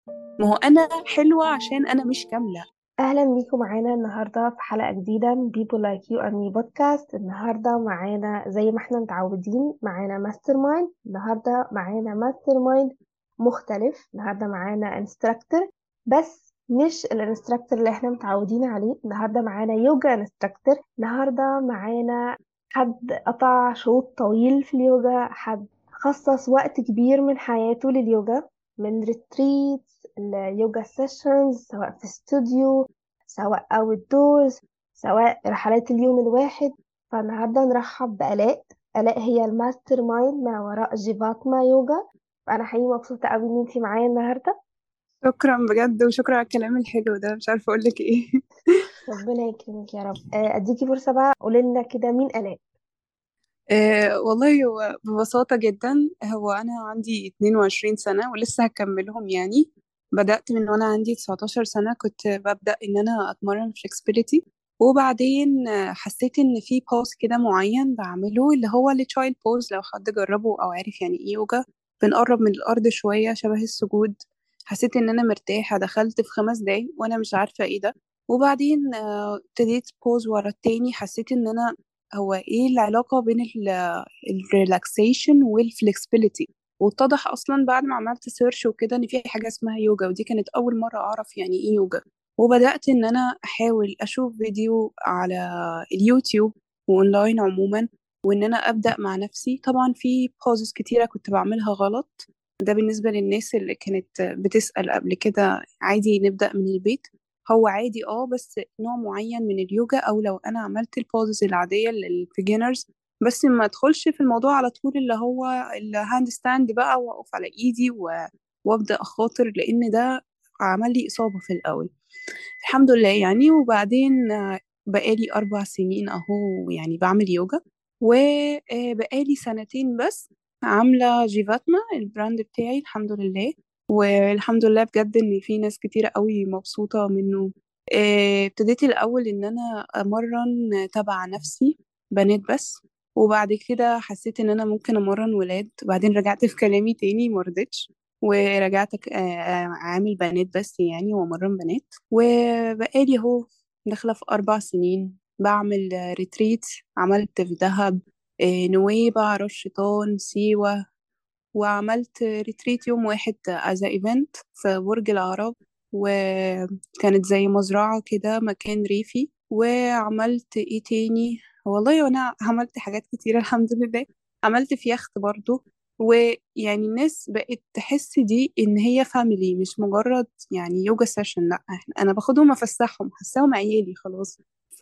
ما هو أنا حلوة عشان أنا مش كاملة. أهلا بيكم معانا النهاردة في حلقة جديدة من People Like You and Me بودكاست. النهاردة معانا زي ما احنا متعودين معانا ماستر مايند. النهاردة معانا ماستر مايند مختلف. النهاردة معانا انستراكتور، بس مش الانستراكتور اللي احنا متعودين عليه. النهاردة معانا يوجا انستراكتور. النهاردة معانا حد قطع شوط طويل في اليوجا، حد خصص وقت كبير من حياته لليوجا، من ريتريت اليوجا سيشنز، سواء في استوديو، سواء اوت دورز، سواء رحلات اليوم الواحد. فالنهارده نرحب بآلاء. آلاء هي الماستر مايند ما وراء جيفاتما يوجا. فأنا حقيقي مبسوطة قوي إن انتي معايا النهارده. شكرا بجد، وشكرا على الكلام الحلو ده، مش عارفة أقولك إيه. ربنا يكرمك يا رب. أديكي فرصة بقى، قولي لنا كده مين آلاء. والله هو ببساطة جدا، هو أنا عندي 22 سنة ولسه هكملهم يعني. بدأت من وأنا عندي 19 سنة، كنت ببدأ إن أنا أتمرن flexibility. وبعدين حسيت إن في بوز كده معين بعمله، اللي هو التشايلد بوز، لو حد جربه أو عارف يعني إيه يوجا. بنقرب من الأرض شوية شبه السجود. حسيت إن أنا مرتاحة، دخلت في 5 دقايق وأنا مش عارفة إيه ده. وبعدين ابتديت بوز ورا التاني، حسيت إن أنا هو ايه العلاقة بين الريلاكسيشن والفلكسبيليتي. واتضح اصلا بعد ما عملت سيرش وكده ان في حاجة اسمها يوجا، ودي كانت اول مرة اعرف يعني ايه يوجا. وبدأت ان انا احاول اشوف فيديو على اليوتيوب واونلاين عموما، وان انا ابدأ مع نفسي. طبعا في بوزز كتيرة كنت بعملها غلط، ده بالنسبة للناس اللي كانت بتسأل قبل كده عادي نبدأ من البيت. هو عادي بس نوع معين من اليوجا، او لو انا عملت البوزز العادية للبيجنرز، بس ما ادخلش في الموضوع على طول اللي هو الهاند ستاند بقى واقف على ايدي وابدا اخاطر، لان ده عمل لي اصابة في الاول. الحمد لله يعني. وبعدين بقالي 4 سنين اهو يعني بعمل يوجا. وبقالي سنتين بس عاملة جيفاتما البراند بتاعي، الحمد لله. والحمد لله بجد ان في ناس كتيرة قوي مبسوطة منه. ابتديت الاول ان انا امرن تبع نفسي، بنات بس. وبعد كده حسيت ان انا ممكن امرن ولاد، بعدين رجعت في كلامي تاني مرضتش، ورجعت عامل بنات بس يعني، وامرن بنات. وبقالي اهو داخلة في 4 سنين بعمل ريتريت. عملت في دهب، نويبع، راس شيطان، سيوة. وعملت ريتريت يوم واحد از ايفنت في برج العرب، وكانت زي مزرعة كده، مكان ريفي. وعملت ايه تاني؟ والله وانا عملت حاجات كتيرة الحمد لله. عملت في يخت برضو. ويعني الناس بقت تحس دي ان هي فاميلي، مش مجرد يعني يوجا سيشن. لا، انا باخدهم افسحهم، حاساهم عيالي خلاص.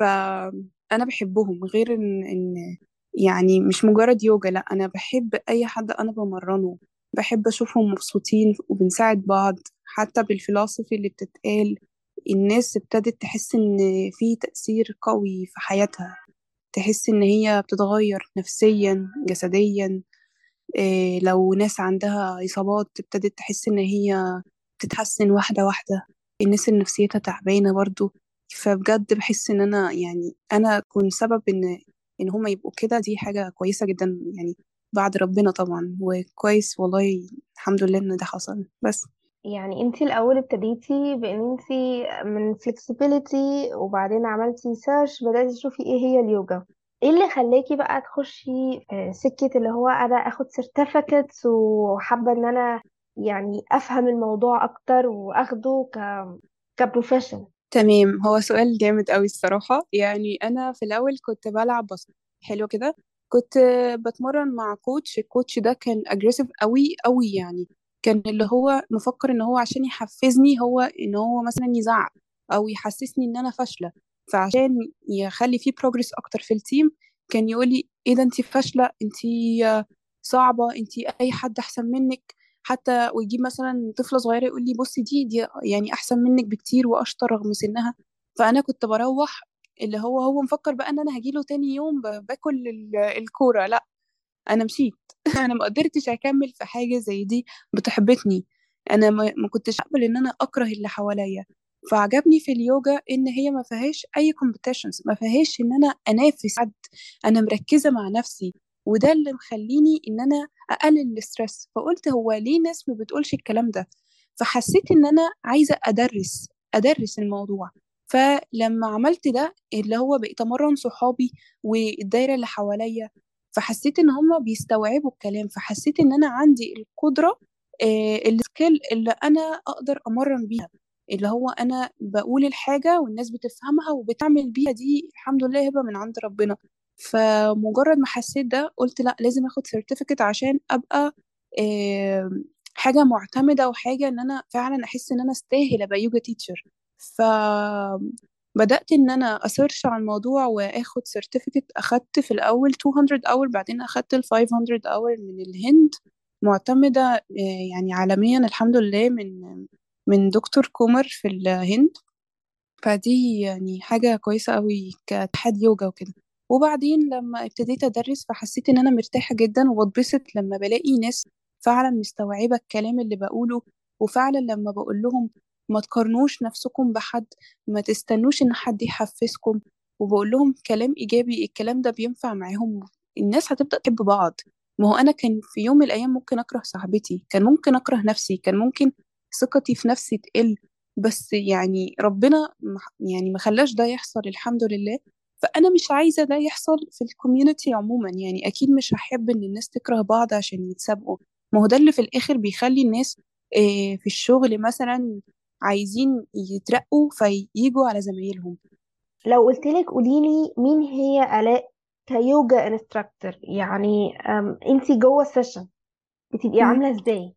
فانا بحبهم، غير ان يعني مش مجرد يوجا. لا، انا بحب اي حد انا بمرنه، بحب اشوفهم مبسوطين وبنساعد بعض. حتى بالفلسفي اللي بتتقال، الناس ابتدت تحس ان في تأثير قوي في حياتها، تحس ان هي بتتغير نفسيا جسديا. إيه، لو ناس عندها إصابات ابتدت تحس ان هي بتتحسن واحدة واحدة. الناس اللي نفسيتها تعبانة برضو. فبجد بحس ان انا يعني انا اكون سبب ان هما يبقوا كده، دي حاجة كويسة جدا يعني، بعد ربنا طبعا. وكويس والله، الحمد لله ان ده حصل بس. يعني انتي الأول ابتديتي بإن انتي من flexibility، وبعدين عملتي سيرش، بدأتي تشوفي ايه هي اليوجا. ايه اللي خلاكي بقى تخشي في سكة اللي هو انا اخد certificates، وحابة ان انا يعني افهم الموضوع اكتر واخده كبروفيشن. تمام، هو سؤال جامد قوي الصراحة. يعني انا في الاول كنت بلعب باسكت حلو كده. كنت بتمرن مع كوتش. الكوتش ده كان اجريسيف قوي قوي يعني. كان اللي هو مفكر ان هو عشان يحفزني، هو ان هو مثلا يزعق او يحسسني ان انا فاشلة. فعشان يخلي فيه بروجرس اكتر في التيم، كان يقول لي ايه ده انت فاشلة، انت صعبة، انت اي حد احسن منك. حتى ويجيب مثلا طفلة صغيرة يقول لي بصي دي يعني احسن منك بكتير واشطر رغم سنها. فانا كنت بروح، اللي هو مفكر بقى ان انا هجيله تاني يوم باكل الكورة. لا، انا مشيت. انا ما قدرتش اكمل في حاجة زي دي بتحبطني. انا ما كنتش اقبل ان انا اكره اللي حواليا. فعجبني في اليوجا ان هي ما فيهاش اي competitions، ما فيهاش ان انا انافس حد. انا مركزة مع نفسي، وده اللي مخليني ان انا اقلل الاسترس. فقلت هو ليه ناس ما بتقولش الكلام ده؟ فحسيت ان انا عايزة ادرس الموضوع. فلما عملت ده اللي هو بقيت امرن صحابي والدايرة اللي حواليا، فحسيت ان هم بيستوعبوا الكلام، فحسيت ان انا عندي القدرة، السكيل اللي انا اقدر امرن بيها، اللي هو انا بقول الحاجة والناس بتفهمها وبتعمل بيها. دي الحمد لله هبة من عند ربنا. فمجرد ما حسيت ده قلت لا، لازم اخد سيرتيفيكت عشان ابقى آه، حاجة معتمدة، وحاجة ان انا فعلا احس ان انا استاهل ابقى يوجا تيتشر. فبدأت ان انا اسيرش على الموضوع واخد سيرتيفيكت. اخدت في الاول 200 اور، بعدين اخدت ال 500 اور من الهند، معتمدة يعني عالميا الحمد لله، من دكتور كومر في الهند. فدي يعني حاجة كويسة قوي كاتحاد يوجا وكده. وبعدين لما ابتديت أدرس فحسيت إن أنا مرتاحة جدا، وبتبسط لما بلاقي ناس فعلا مستوعبة الكلام اللي بقوله. وفعلا لما بقول لهم ما تقارنوش نفسكم بحد، ما تستنوش إن حد يحفزكم، وبقول لهم كلام إيجابي، الكلام ده بينفع معاهم، الناس هتبدأ تحب بعض. ما هو أنا كان في يوم من الأيام ممكن أكره صاحبتي، كان ممكن أكره نفسي، كان ممكن ثقتي في نفسي تقل، بس يعني ربنا يعني ما خلاش ده يحصل الحمد لله. فأنا مش عايزة ده يحصل في الكوميونتي عموما، يعني أكيد مش هحب إن الناس تكره بعض عشان يتسابقوا. ما هو ده اللي في الآخر بيخلي الناس في الشغل مثلا عايزين يترقوا فييجوا على زمايلهم. لو قلتلك قوليلي مين هي آلاء كيوجا انستراكتور، يعني انتي جوه السيشن بتبقي مم. عاملة ازاي؟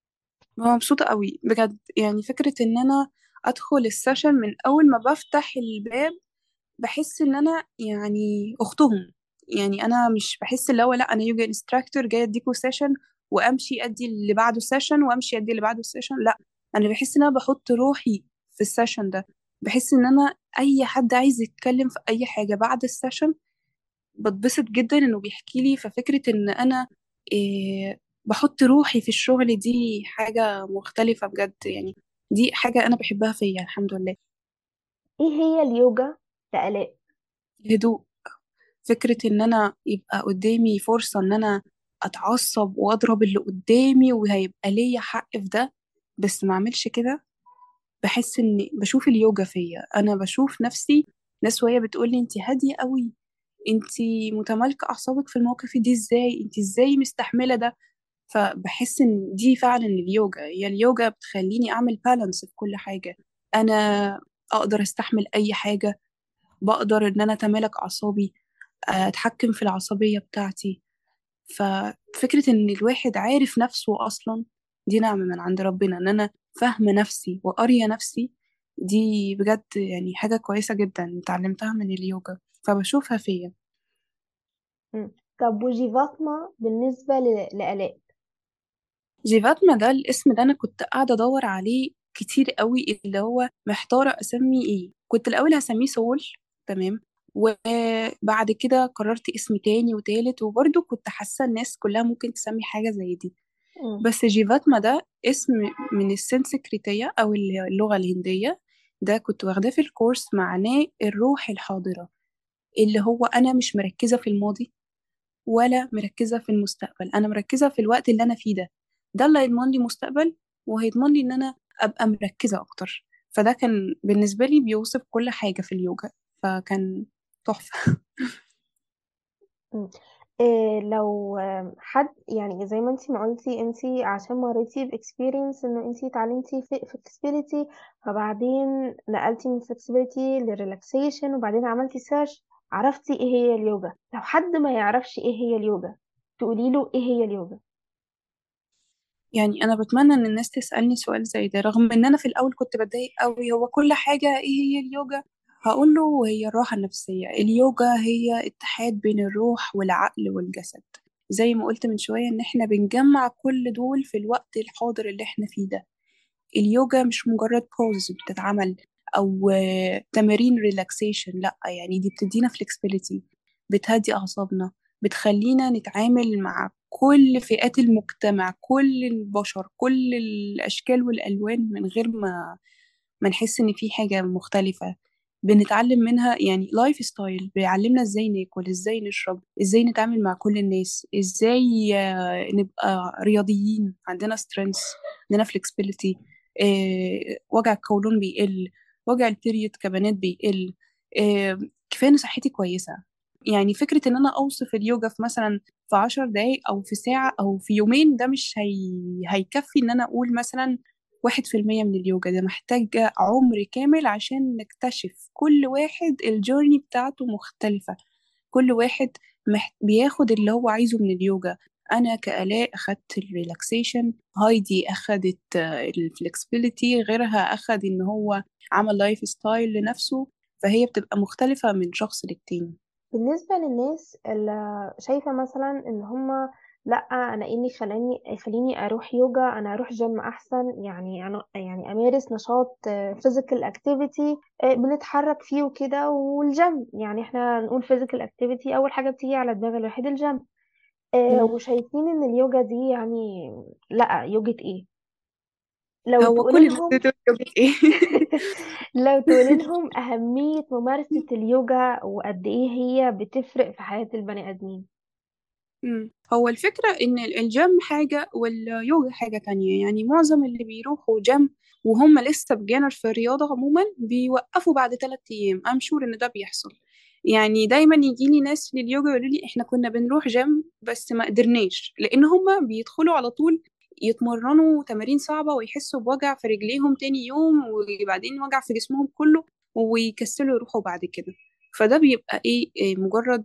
مبسوطة قوي بجد، يعني فكرة إن أنا أدخل السيشن من أول ما بفتح الباب، بحس ان انا يعني اختهم. يعني انا مش بحس اللي هو لا، انا يوجا انستراكتور جايه اديكوا سيشن وامشي ادي اللي بعده سيشن وامشي ادي اللي بعده سيشن، لا. انا بحس ان انا بحط روحي في السيشن ده. بحس ان انا اي حد عايز يتكلم في اي حاجه بعد السيشن بتبسط جدا انه بيحكي لي. ففكره ان انا إيه بحط روحي في الشغل، دي حاجه مختلفه بجد يعني. دي حاجه انا بحبها فيا الحمد لله. ايه هي اليوجا لآلاء؟ الهدوء. فكرة ان انا يبقى قدامي فرصة ان انا اتعصب واضرب اللي قدامي وهيبقى ليا حق في ده، بس ما اعملش كده. بحس ان بشوف اليوجا فيا، انا بشوف نفسي. ناس وهي بتقولي انتي هادية قوي، انتي متمالكة اعصابك في المواقف دي ازاي، انتي ازاي مستحملة ده. فبحس ان دي فعلا اليوجا، هي اليوجا بتخليني اعمل بالانس في كل حاجة. انا اقدر استحمل اي حاجة، بقدر ان انا اتمالك اعصابي، اتحكم في العصبية بتاعتي. ففكرة ان الواحد عارف نفسه اصلا، دي نعمة من عند ربنا، ان انا فاهمة نفسي وقارية نفسي. دي بجد يعني حاجة كويسة جدا اتعلمتها من اليوجا، فبشوفها فيا. مم. طب وجيفاتما بالنسبة لآلاء؟ جيفاتما ده الاسم ده انا كنت قاعدة ادور عليه كتير قوي، اللي هو محتارة اسميه ايه. كنت الاول هسميه سول، تمام، وبعد كده قررت اسم تاني وتالت، وبرضه كنت حاسة الناس كلها ممكن تسمي حاجة زي دي. مم. بس جيفاتما ده اسم من السنسكريتية أو اللي هي اللغة الهندية. ده كنت واخداه في الكورس، معناه الروح الحاضرة، اللي هو أنا مش مركزة في الماضي ولا مركزة في المستقبل، أنا مركزة في الوقت اللي أنا فيه ده. ده اللي هيضمن لي مستقبل، وهيضمن لي إن أنا أبقى مركزة أكتر. فده كان بالنسبة لي بيوصف كل حاجة في اليوجا، فكان تحفة. مم. إيه لو حد، يعني زي ما انتي ما قلتي، انتي عشان مريتي باكسبيرينس انه انتي اتعلمتي في فلكسبيليتي، فبعدين نقلتي من فلكسبيليتي لريلاكسيشن، وبعدين عملتي سيرش، عرفتي ايه هي اليوجا. لو حد ما يعرفش ايه هي اليوجا، تقولي له ايه هي اليوجا؟ يعني انا بتمنى ان الناس تسالني سؤال زي ده، رغم ان انا في الاول كنت بتضايق قوي، هو كل حاجه ايه هي اليوجا؟ هقول له هي الراحه النفسيه. اليوجا هي اتحاد بين الروح والعقل والجسد، زي ما قلت من شويه ان احنا بنجمع كل دول في الوقت الحاضر اللي احنا فيه ده. اليوجا مش مجرد بوز بتتعمل او تمارين ريلاكسيشن، لا، يعني دي بتدينا فلكسبيليتي، بتهدي اعصابنا، بتخلينا نتعامل مع كل فئات المجتمع، كل البشر، كل الاشكال والالوان، من غير ما نحس ان في حاجة مختلفة. بنتعلم منها يعني لايف ستايل، بيعلمنا ازاي ناكل، ازاي نشرب، ازاي نتعامل مع كل الناس، ازاي نبقى رياضيين، عندنا سترينث، عندنا فلكسبيليتي. وجع القولون بيقل، وجع البيريود كبنات بيقل. كفايه ان صحتي كويسه. يعني فكره ان انا اوصف اليوجا في مثلا في 10 دقايق او في ساعه او في يومين، ده مش هيكفي ان انا اقول مثلا 1% من اليوجا. ده محتاجة عمر كامل عشان نكتشف كل واحد الجورني بتاعته مختلفة. كل واحد بياخد اللي هو عايزه من اليوجا. انا كآلاء اخدت الريلاكسيشن، هايدي اخدت الفلكسبيليتي، غيرها اخد ان هو عمل لايف ستايل لنفسه. فهي بتبقى مختلفة من شخص للتاني. بالنسبة للناس اللي شايفة مثلا ان هما لا، انا ايه اللي خليني اروح يوجا، انا اروح جيم احسن، يعني انا يعني امارس نشاط فيزيكال اكتيفيتي بنتحرك فيه وكده. والجيم يعني احنا نقول فيزيكال اكتيفيتي، اول حاجة بتيجي على دماغ الواحد الجيم. مم. وشايفين ان اليوجا دي يعني لا، يوجة ايه؟ لو هو تقولي كل الناس لهم بتقول يوجا ايه؟ لو تقولي لهم أهمية ممارسة اليوجا وقد إيه هي بتفرق في حياة البني آدمين. هو الفكرة إن الجيم حاجة واليوجا حاجة تانية. يعني معظم اللي بيروحوا جيم وهم لسه بجانر في الرياضة عموما بيوقفوا بعد 3 أيام. أم شور إن ده بيحصل. يعني دايما يجيلي ناس لليوجا يقولوا لي إحنا كنا بنروح جيم بس ما قدرناش، لأن هما بيدخلوا على طول يتمرنوا تمارين صعبة ويحسوا بوجع في رجليهم تاني يوم، وبعدين وجع في جسمهم كله، ويكسلوا يروحوا بعد كده. فده بيبقى إيه مجرد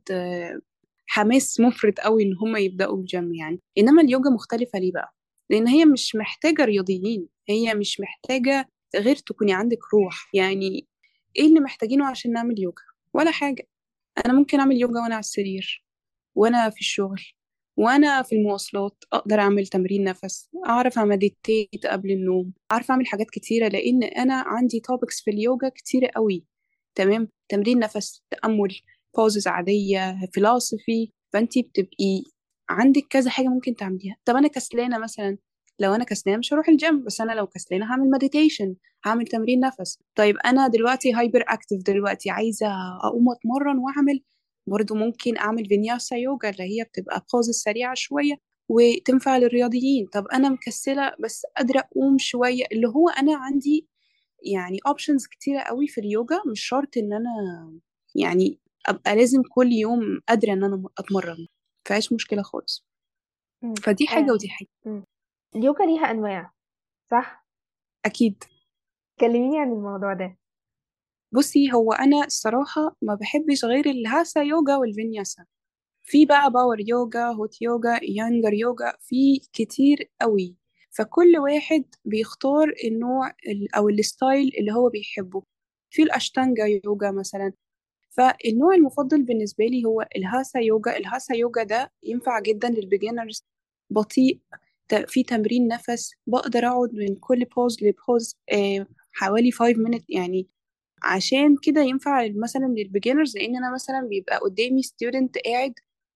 حماس مفرط قوي ان هم يبداوا الجيم يعني. انما اليوجا مختلفه ليه بقى؟ لان هي مش محتاجه رياضيين، هي مش محتاجه غير تكوني عندك روح. يعني ايه اللي محتاجينه عشان نعمل يوجا؟ ولا حاجه. انا ممكن اعمل يوجا وانا على السرير، وانا في الشغل، وانا في المواصلات. اقدر اعمل تمرين نفس، اعرف امديتيت قبل النوم، اعرف اعمل حاجات كتيره، لان انا عندي توبكس في اليوجا كتيره قوي. تمام، تمرين نفس، تامل، بوزز عاديه، فلسفي. فانتي بتبقي عندك كذا حاجه ممكن تعمليها. طب انا كسلانه مثلا، لو انا كسلانه مش هروح الجيم، بس انا لو كسلانه هعمل مديتيشن، هعمل تمرين نفس. طيب انا دلوقتي هايبر اكتف، دلوقتي عايزه اقوم اتمرن واعمل، برضو ممكن أعمل فينياسا يوجا اللي هي بتبقى بوز سريعة شوية وتنفع للرياضيين. طب أنا مكسلة بس قادرة أقوم شوية، اللي هو أنا عندي يعني اوبشنز كتيرة قوي في اليوجا. مش شرط إن أنا يعني أبقى لازم كل يوم قادرة إن أنا أتمرن. فايش مشكلة خالص. مم. فدي حاجة آه. ودي حاجة. مم. اليوجا ليها أنواع، صح؟ أكيد. كلميني عن الموضوع ده. بصي، هو أنا الصراحة ما بحبش غير الهاسا يوجا والفينياسا. في بقى باور يوجا، هوت يوجا، يانجر يوجا، في كتير قوي. فكل واحد بيختار النوع او الستايل اللي هو بيحبه. في الاشتانجا يوجا مثلا. فالنوع المفضل بالنسبة لي هو الهاسا يوجا. الهاسا يوجا ده ينفع جدا للبيجنرز، بطيء، في تمرين نفس، بقدر اقعد من كل بوز لبوز حوالي 5 minutes يعني. عشان كده ينفع مثلا للبيجنرز، لان انا مثلا بيبقى قدامي ستودنت قاعد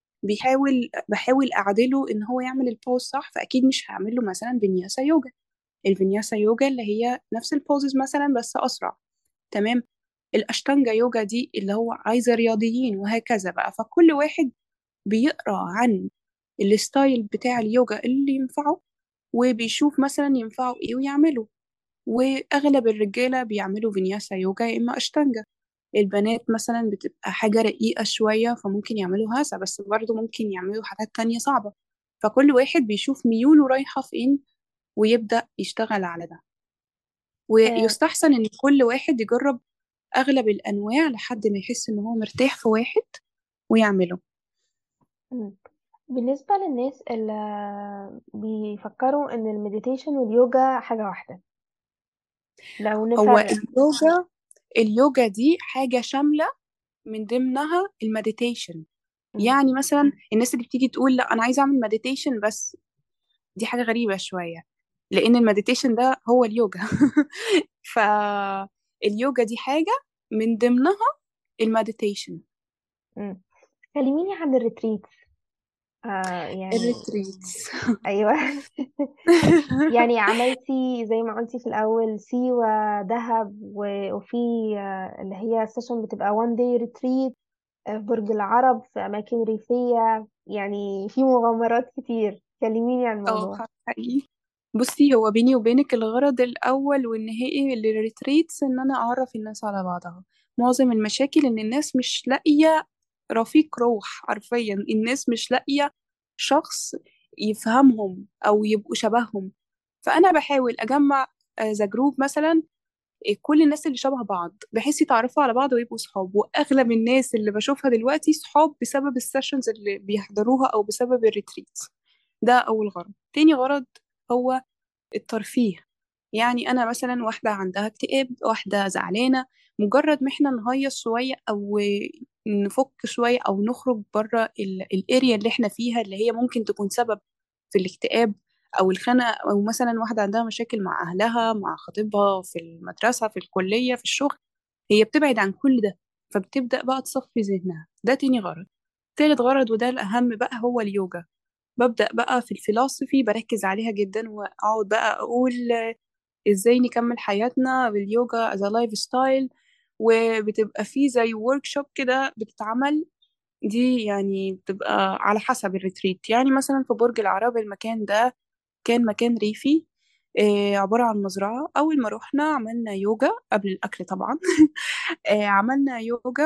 بحاول اعدله ان هو يعمل البوز صح، فاكيد مش هعمل له مثلا فينياسا يوجا. الفينياسا يوجا اللي هي نفس البوزز مثلا بس اسرع. تمام. الاشتانجا يوجا دي اللي هو عايزه رياضيين، وهكذا بقى. فكل واحد بيقرا عن الستايل بتاع اليوجا اللي ينفعه، وبيشوف مثلا ينفعه ايه ويعمله. واغلب الرجاله بيعملوا فينياسا يوجا يا اما اشتانجا. البنات مثلا بتبقى حاجة رقيقة شوية فممكن يعملوا هذا، بس برضه ممكن يعملوا حاجات تانية صعبة. فكل واحد بيشوف ميوله رايحة فين ويبدأ يشتغل على ده. آه. ويستحسن إن كل واحد يجرب أغلب الأنواع لحد ما يحس إن هو مرتاح في واحد ويعمله. مم. بالنسبة للناس اللي بيفكروا إن المديتيشن واليوجا حاجة واحدة، لو هو نفرق. اليوجا دي حاجة شاملة، من ضمنها المديتيشن. مم. يعني مثلا الناس اللي بتيجي تقول لا أنا عايزة أعمل مديتيشن بس، دي حاجة غريبة شوية، لأن المديتيشن ده هو اليوجا. فاليوجا دي حاجة من ضمنها المديتيشن. مم. كلميني عن الريتريت. يعني الريتريتس. أيوه. يعني عملتي زي ما قلتي في الأول سيوة، دهب، وفي اللي هي سيشن بتبقى وان داي ريتريت في برج العرب، في أماكن ريفية، يعني في مغامرات كتير. كلميني عن اه الموضوع. حقيقي. بصي، هو بيني وبينك الغرض الأول والنهائي للريتريتس إن أنا أعرف الناس على بعضها. معظم المشاكل إن الناس مش لاقية رفيق روح، حرفيا الناس مش لاقية شخص يفهمهم أو يبقوا شبههم. فأنا بحاول أجمع ذا جروب مثلا، كل الناس اللي شبه بعض بحيث يتعرفوا على بعض ويبقوا صحاب. وأغلب الناس اللي بشوفها دلوقتي صحاب بسبب السيشنز اللي بيحضروها أو بسبب الريتريت. ده أول غرض. تاني غرض هو الترفيه. يعني أنا مثلا واحدة عندها اكتئاب، واحدة زعلانة، مجرد ما احنا نهيص شوية أو نفك شوية أو نخرج بره الاريا اللي احنا فيها اللي هي ممكن تكون سبب في الاكتئاب أو الخنقة، أو مثلا واحدة عندها مشاكل مع أهلها، مع خطيبها، في المدرسة، في الكلية، في الشغل، هي بتبعد عن كل ده، فبتبدأ بقى تصفي ذهنها. ده تاني غرض. تالت غرض وده الأهم بقى هو اليوجا. ببدأ بقى في الفلسفي، بركز عليها جدا وأقعد بقى أقول إزاي نكمل حياتنا باليوجا as a life style. وبتبقى فيه زي workshop كده بتتعمل. دي يعني بتبقى على حسب الريتريت. يعني مثلا في برج العرب، المكان ده كان مكان ريفي، عبارة عن مزرعة. أول ما روحنا عملنا يوجا قبل الأكل طبعا. عملنا يوجا،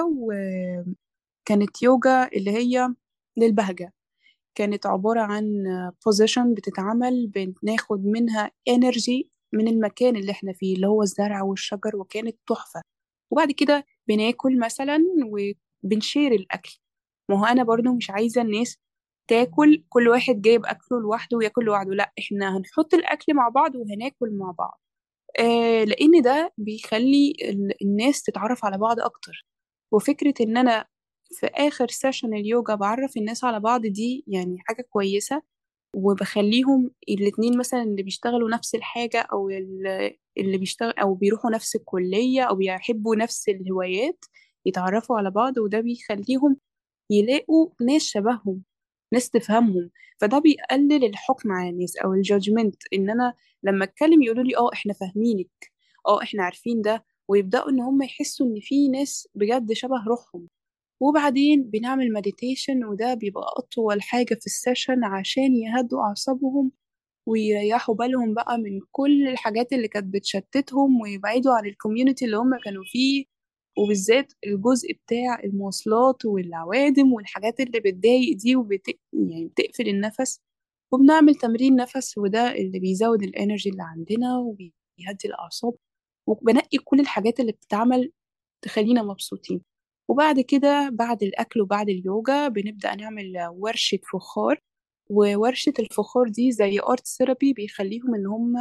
وكانت يوجا اللي هي للبهجة. كانت عبارة عن بوزيشن بتتعمل، بناخد منها انرجي من المكان اللي احنا فيه اللي هو الزرع والشجر، وكانت تحفة. وبعد كده بناكل مثلا وبنشير الأكل. ما هو أنا برضو مش عايزة الناس تاكل كل واحد جايب أكله لوحده وياكل لوحده، لا، احنا هنحط الأكل مع بعض وهناكل مع بعض. لأن ده بيخلي الناس تتعرف على بعض أكتر. وفكرة إن أنا في آخر سيشن اليوجا بعرف الناس على بعض، دي يعني حاجة كويسة. وبخليهم الاتنين مثلا اللي بيشتغلوا نفس الحاجة أو اللي بيشتغل أو بيروحوا نفس الكلية أو بيحبوا نفس الهوايات يتعرفوا على بعض. وده بيخليهم يلاقوا ناس شبههم، ناس تفهمهم. فده بيقلل الحكم على الناس او الجادجمنت، ان انا لما اتكلم يقولوا لي اه احنا فاهمينك، اه احنا عارفين ده، ويبداوا ان هم يحسوا ان في ناس بجد شبه روحهم. وبعدين بنعمل مديتيشن، وده بيبقى اطول حاجة في السيشن عشان يهدوا اعصابهم ويريحوا بالهم بقى من كل الحاجات اللي كانت بتشتتهم، ويبعدوا عن الكوميونتي اللي هم كانوا فيه. وبالذات الجزء بتاع المواصلات والعوادم والحاجات اللي بتضايق دي يعني بتقفل النفس. وبنعمل تمرين نفس، وده اللي بيزود الانرجي اللي عندنا وبيهدي الأعصاب. وبنقي كل الحاجات اللي بتتعمل تخلينا مبسوطين. وبعد كده بعد الأكل وبعد اليوجا بنبدأ نعمل ورشة فخار. وورشة الفخار دي زي ارت ثيرابي، بيخليهم ان هم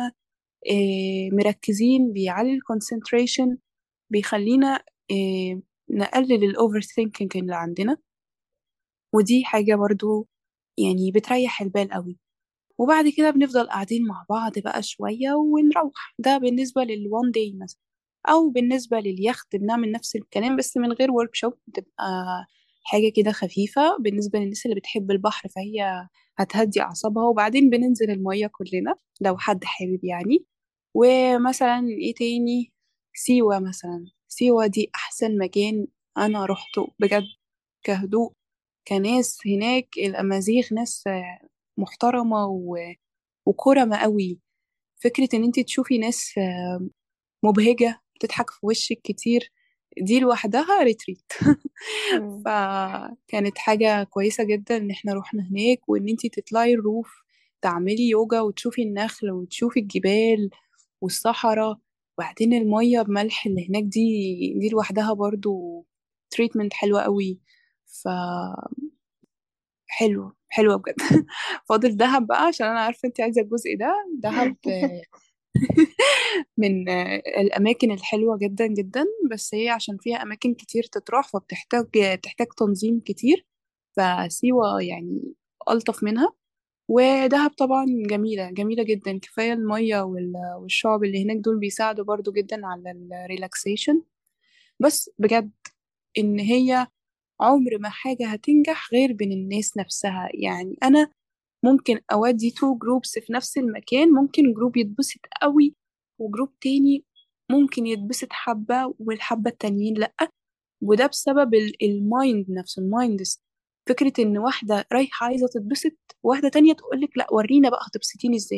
مركزين، بيعلي الكونسنتريشن، بيخلينا نقلل الاوفر ثينكينج اللي عندنا. ودي حاجة برضو يعني بتريح البال قوي. وبعد كده بنفضل قاعدين مع بعض بقى شوية ونروح. ده بالنسبة للوان داي مثلا. أو بالنسبة لليخت بنعمل نفس الكلام بس من غير ورك شوب، بتبقى حاجة كده خفيفة بالنسبة للناس اللي بتحب البحر، فهي هتهدي أعصابها. وبعدين بننزل المية كلنا لو حد حابب يعني. ومثلا ايه تاني؟ سيوة مثلا. سيوة دي أحسن مكان أنا روحته بجد، كهدوء، كناس هناك الأمازيغ ناس محترمة وكرمة قوي. فكرة ان انت تشوفي ناس مبهجة بتضحك في وشك كتير، دي لوحدها ريتريت. مم. فكانت حاجة كويسة جدا ان احنا روحنا هناك، وان انت تطلعي الروف تعملي يوجا وتشوفي النخل وتشوفي الجبال والصحراء. وبعدين المية بملح اللي هناك دي لوحدها برضو تريتمنت حلوة قوي. حلو حلوة بجد. فاضل دهب بقى، عشان انا عارفة انت عايزة الجزء ده. دهب من الاماكن الحلوة جدا جدا، بس هي عشان فيها اماكن كتير تتراح بتحتاج تنظيم كتير. فسيوة يعني ألطف منها. ودهب طبعا جميلة جميلة جدا، كفاية المية والشعب اللي هناك دول بيساعدوا برضو جدا على الريلاكسيشن. بس بجد ان هي عمر ما حاجة هتنجح غير بين الناس نفسها. يعني أنا ممكن أودي تو جروبس في نفس المكان، ممكن جروب يتبسط قوي وجروب تاني ممكن يتبسط حبة والحبة التانيين لأ. وده بسبب المايند نفسه، المايند. فكرة إن واحدة رايحة عايزة تتبسط، واحدة تانية تقولك لأ ورينا بقى هتبسطيني إزاي.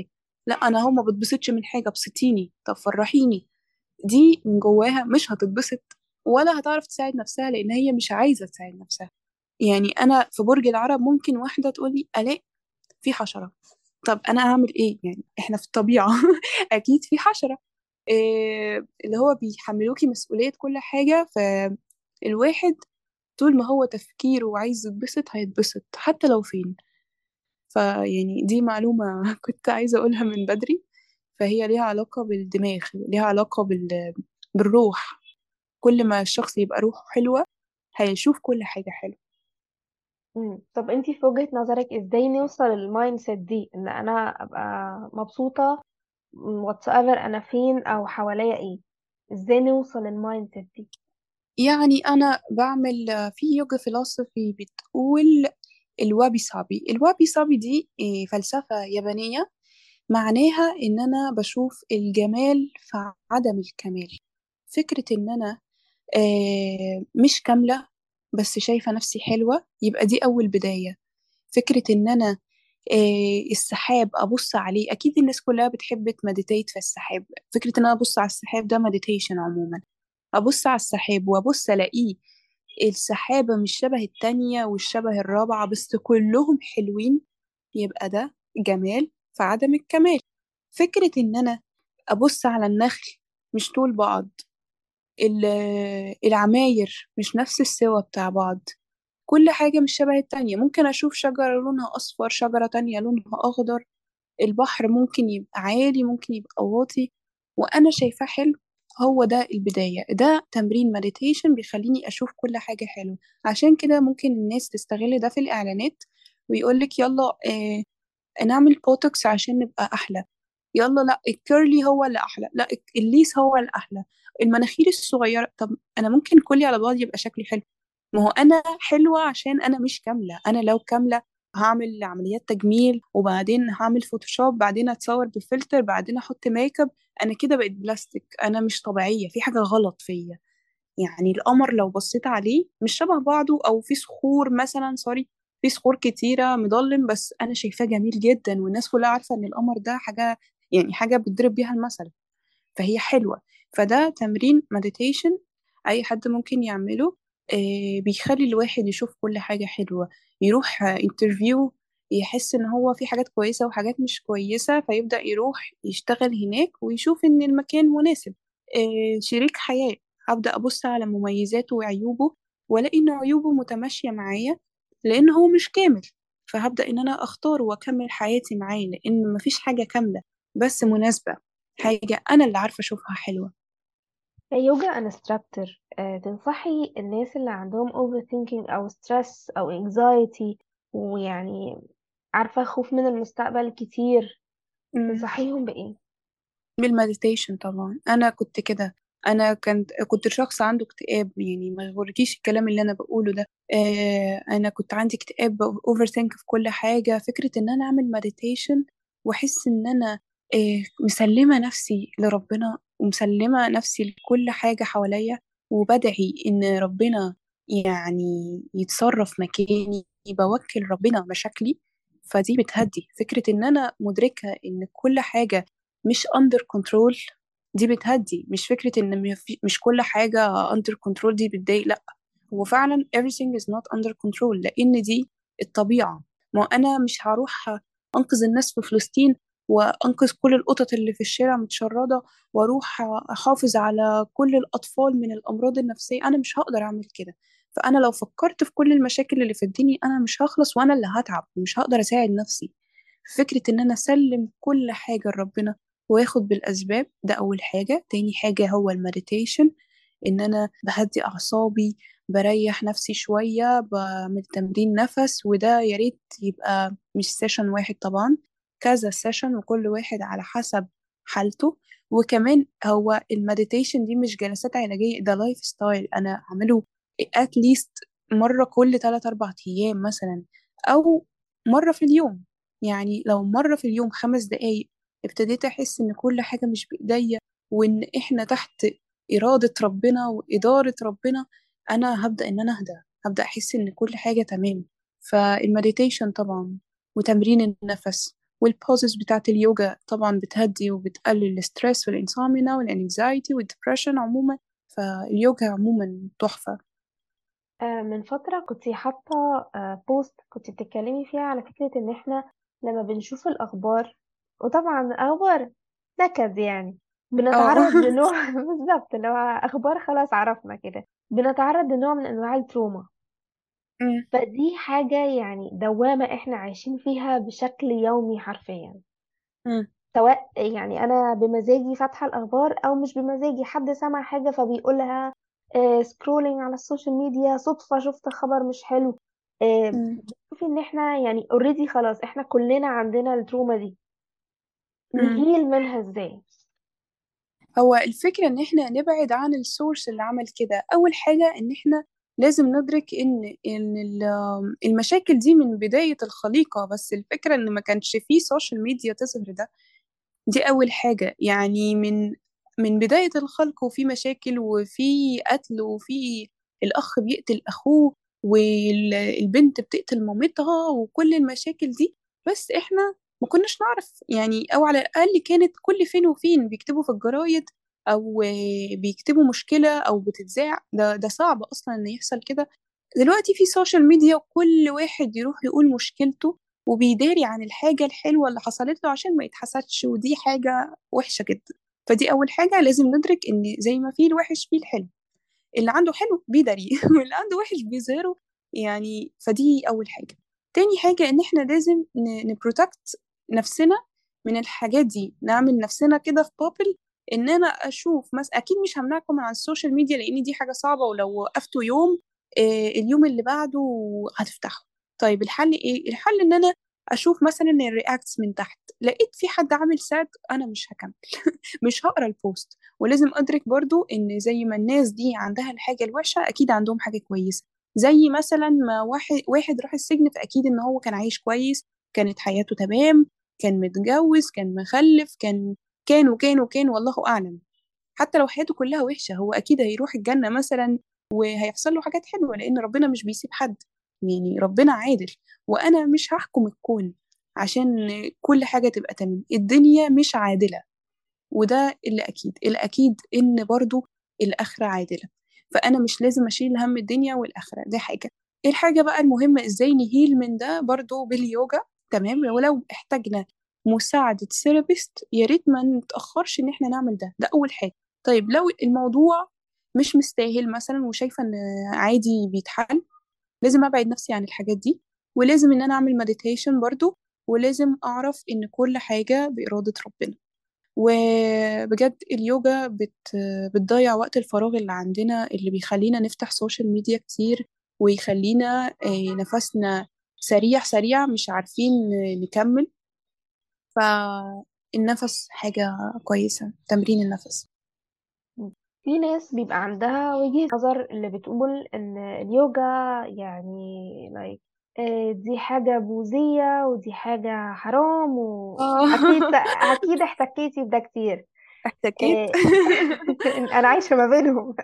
لا انا هو ما بتبسطش من حاجه، ابسطيني، طب فرحيني. دي من جواها مش هتتبسط ولا هتعرف تساعد نفسها، لان هي مش عايزه تساعد نفسها. يعني انا في برج العرب ممكن واحده تقول لي الاء في حشره، طب انا اعمل ايه؟ يعني احنا في الطبيعه اكيد في حشره. إيه اللي هو بيحملوكي مسؤوليه كل حاجه. فالواحد طول ما هو تفكيره وعايز يتبسط هيتبسط حتى لو فين. فيعني دي معلومة كنت عايزة أقولها من بدري. فهي ليها علاقة بالدماغ، ليها علاقة بالروح. كل ما الشخص يبقى روحه حلوة هيشوف كل حاجة حلوة. طب انتي في وجهة نظرك ازاي نوصل للمايند سيت دي ان انا ابقى مبسوطة whatsoever انا فين او حواليا ايه؟ ازاي نوصل للمايند سيت دي؟ يعني أنا بعمل في يوجا فيلوسفي بتقول الوابي صابي. الوابي صابي دي فلسفة يابانية، معناها إن أنا بشوف الجمال في عدم الكمال. فكرة إن أنا مش كاملة بس شايفة نفسي حلوة، يبقى دي أول بداية. فكرة إن أنا السحاب أبص عليه، أكيد الناس كلها بتحب تمديتيت في السحاب. فكرة إن أنا أبص على السحاب ده مديتيشن عموما. أبص على السحاب وأبص ألاقيه السحابة مش شبه التانية والشبه الرابعة بس كلهم حلوين، يبقى ده جمال في عدم الكمال. فكرة إن أنا أبص على النخل مش طول بعض، العماير مش نفس السوا بتاع بعض، كل حاجة مش شبه التانية. ممكن أشوف شجرة لونها أصفر، شجرة تانية لونها أخضر، البحر ممكن يبقى عالي ممكن يبقى واطي، وأنا شايفاه حلو. هو ده البداية، ده تمرين مديتيشن بيخليني أشوف كل حاجة حلوة. عشان كده ممكن الناس تستغل ده في الإعلانات ويقولك يلا نعمل بوتوكس عشان نبقى أحلى، يلا لا الكيرلي هو اللي أحلى، لا الليس هو الأحلى، المناخير الصغيرة. طب أنا ممكن كلي على بعض يبقى شكلي حلو. ما هو أنا حلوة عشان أنا مش كاملة. أنا لو كاملة هعمل عمليات تجميل وبعدين هعمل فوتوشوب بعدين اتصور بفلتر بعدين احط ميك اب، انا كده بقيت بلاستيك، انا مش طبيعية، في حاجة غلط فيا. يعني القمر لو بصيت عليه مش شبه بعضه، او في صخور مثلا سوري، في صخور كتيرة مضلم بس انا شايفاه جميل جدا والناس كلها عارفة ان القمر ده حاجة، يعني حاجة بتضرب بيها المثل، فهي حلوة. فده تمرين مديتيشن أي حد ممكن يعمله. بيخلي الواحد يشوف كل حاجة حلوة، يروح انترفيو يحس ان هو في حاجات كويسة وحاجات مش كويسة، فيبدأ يروح يشتغل هناك ويشوف ان المكان مناسب. شريك حياة، هبدأ أبص على مميزاته وعيوبه والاقي ان عيوبه متماشية معايا لان هو مش كامل، فهبدأ ان انا اختار واكمل حياتي معاه لان مفيش حاجة كاملة بس مناسبة، حاجة أنا اللي عارفة أشوفها حلوة. يوجا انستراكتور، تنصحي الناس اللي عندهم overthinking او stress او anxiety ويعني عارفة خوف من المستقبل كتير، مم. تنصحيهم بإيه؟ بالمديتيشن طبعا. أنا كنت كده، أنا كنت شخص عنده اكتئاب، يعني ما يغركيش الكلام اللي أنا بقوله ده. أنا كنت عندي اكتئاب، أوفر ثينك في كل حاجة. فكرة إن أنا أعمل مديتيشن وأحس إن أنا مسلمة نفسي لربنا ومسلمة نفسي لكل حاجة حواليا، وبدعي إن ربنا يعني يتصرف مكاني، بوكل ربنا مشاكلي. فدي بتهدي فكرة إن أنا مدركة إن كل حاجة مش under control. دي بتهدي، مش فكرة إن مش كل حاجة under control دي بتضايق، لأ. هو فعلا everything is not under control لأن دي الطبيعة. ما أنا مش هروح أنقذ الناس في فلسطين وأنقذ كل القطط اللي في الشارع متشردة وأروح أحافظ على كل الأطفال من الأمراض النفسية، أنا مش هقدر أعمل كده. فأنا لو فكرت في كل المشاكل اللي في الدنيا أنا مش هخلص وأنا اللي هتعب ومش هقدر أساعد نفسي. فكرة إن أنا أسلم كل حاجة لربنا واخد بالأسباب، ده أول حاجة. تاني حاجة هو المديتيشن، إن أنا بهدي أعصابي، بريح نفسي شوية، بعمل تمرين نفس. وده يا ريت يبقى مش سيشن واحد طبعا، كذا سيشن وكل واحد على حسب حالته. وكمان هو المديتيشن دي مش جلسات علاجية، ده لايف ستايل أنا أعمله اتليست مرة كل 3 4 أيام مثلا، أو مرة في اليوم. يعني لو مرة في اليوم 5 دقايق ابتديت أحس إن كل حاجة مش بإيديا وإن إحنا تحت إرادة ربنا وإدارة ربنا، أنا هبدأ إن أنا أهدى، هبدأ أحس إن كل حاجة تمام. فالمديتيشن طبعا وتمرين النفس والبوزز بتاعت اليوجا طبعا بتهدي وبتقلل الستريس والانسوميا والانكزايتي والدبريشن عموما. فاليوجا عموما تحفة. من فترة كنت حاطة بوست كنت بتتكلمي فيها على فكرة ان احنا لما بنشوف الاخبار، وطبعا الاخبار نكد يعني، اه. بنتعرض لنوع بالظبط اللي هو اخبار، خلاص عرفنا كده، بنتعرض لنوع من انواع التروما. أمم، فدي حاجة يعني دوامة احنا عايشين فيها بشكل يومي حرفيا، أمم، سواء يعني انا بمزاجي فاتحة الاخبار او مش بمزاجي، حد سمع حاجة فبيقولها، سكرولينج على السوشيال ميديا صدفة شفت خبر مش حلو. أمم، بتشوفي ان احنا يعني اوريدي خلاص احنا كلنا عندنا التروما دي، أمم. نهيل منها ازاي؟ هو الفكرة ان احنا نبعد عن السورس اللي عمل كده. اول حاجة ان احنا لازم ندرك المشاكل دي من بداية الخليقة، بس الفكرة ان ما كانش فيه سوشيال ميديا تظهر ده. دي أول حاجة. يعني من بداية الخلق وفي مشاكل وفي قتل وفي الأخ بيقتل أخوه والبنت بتقتل مامتها وكل المشاكل دي. بس إحنا ما كناش نعرف يعني، أو على الأقل كانت كل فين وفين بيكتبوا في الجرايد أو بيكتبوا مشكلة أو بتتذاع. ده صعب أصلا إن يحصل كده. دلوقتي في سوشيال ميديا وكل واحد يروح يقول مشكلته وبيداري عن الحاجة الحلوة اللي حصلت له عشان ما يتحسدش، ودي حاجة وحشة جدا. فدي أول حاجة لازم ندرك إن زي ما فيه الوحش فيه الحلو. اللي عنده حلو بيداري واللي عنده وحش بيظهره. يعني فدي أول حاجة. تاني حاجة إن إحنا لازم نبروتكت نفسنا من الحاجات دي، نعمل نفسنا كده في بابل. إن أنا أشوف مثلا، أكيد مش همنعكم عن السوشيال ميديا لأن دي حاجة صعبة، ولو وقفتوا يوم اليوم اللي بعده هتفتحوا. طيب الحل إيه؟ الحل إن أنا أشوف مثلا الرياكتس من تحت، لقيت في حد عامل ساد أنا مش هكمل. مش هقرا البوست. ولازم ادرك برضو ان زي ما الناس دي عندها الحاجه الوحشه اكيد عندهم حاجه كويسه. زي مثلا ما واحد راح السجن، فاكيد ان هو كان عايش كويس، كانت حياته تمام، كان متجوز، كان مخلف، كان والله اعلم. حتى لو حياته كلها وحشه هو اكيد هيروح الجنه مثلا وهيحصل له حاجات حلوه، لان ربنا مش بيسيب حد. يعني ربنا عادل. وانا مش هحكم الكون عشان كل حاجه تبقى تمام. الدنيا مش عادله. وده الأكيد إن برضو الآخرة عادلة. فأنا مش لازم أشيل هم الدنيا والآخرة. دي حاجة. إيه الحاجة بقى المهمة؟ إزاي نهيل من ده برضو؟ باليوجا. تمام. ولو احتاجنا مساعدة ثيرابيست يا ريت ما نتأخرش إن إحنا نعمل ده أول حاجة. طيب لو الموضوع مش مستاهل مثلا وشايفة إن عادي بيتحل، لازم أبعد نفسي عن الحاجات دي. ولازم إن أنا أعمل مديتيشن برضو. ولازم أعرف إن كل حاجة بإرادة ربنا. وبجد اليوجا بتضيع وقت الفراغ اللي عندنا اللي بيخلينا نفتح سوشيال ميديا كتير، ويخلينا نفسنا سريع سريع مش عارفين نكمل. فالنفس حاجة كويسة، تمرين النفس. في ناس بيبقى عندها وجهة نظر اللي بتقول ان اليوجا يعني لايك دي حاجة بوذية ودي حاجة حرام، واكيد اه. اكيد احتكيتي بده كتير. احتكيت. آه، انا عايشة ما بينهم.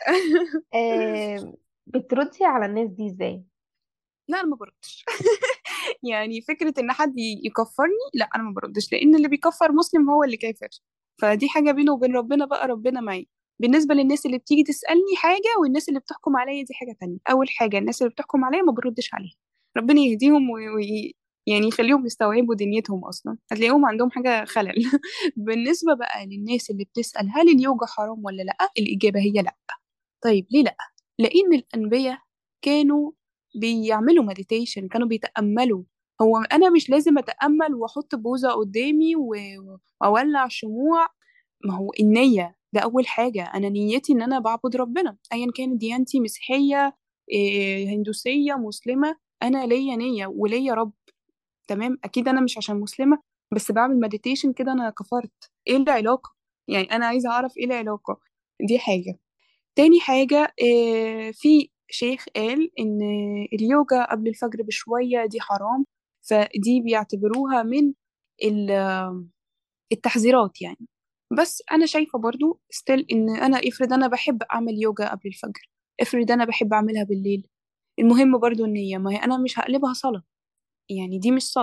بتردي على الناس دي ازاي؟ لا انا ما بردش. يعني فكرة ان حد يكفرني، لا انا ما بردش، لان اللي بيكفر مسلم هو اللي كافر. فدي حاجة بينه وبين ربنا بقى، ربنا معي. بالنسبة للناس اللي بتيجي تسألني حاجة والناس اللي بتحكم عليا دي حاجة تانية. أول حاجة الناس اللي بتحكم عليا ما بردش عليها. ربنا يهديهم يعني يخليهم يستوعبوا دنيتهم. أصلا هتلاقيهم عندهم حاجة خلل. بالنسبة بقى للناس اللي بتسأل هل اليوجا حرام ولا لأ، الإجابة هي لأ. طيب ليه لأ؟ لأن الأنبياء كانوا بيعملوا مديتيشن، كانوا بيتأملوا. هو أنا مش لازم أتأمل وأحط بوزة قدامي وأولع شموع. ما هو النية ده أول حاجة. أنا نيتي إن أنا بعبد ربنا أيا كانت ديانتي، مسيحية هندوسية مسلمة. أنا ليا نية وليا رب. تمام. أكيد أنا مش عشان مسلمة بس بعمل مديتيشن كده أنا كفرت. إيه العلاقة؟ يعني أنا عايزة أعرف إيه العلاقة. دي حاجة. تاني حاجة في شيخ قال إن اليوجا قبل الفجر بشوية دي حرام. فدي بيعتبروها من ال- التحذيرات يعني. بس أنا شايفة برضو ستيل إن أنا افرض أنا بحب أعمل يوجا قبل الفجر، افرض أنا بحب أعملها بالليل، المهم برضو النية. ما هي أنا مش هقلبها صلاة. يعني دي مش صلاة.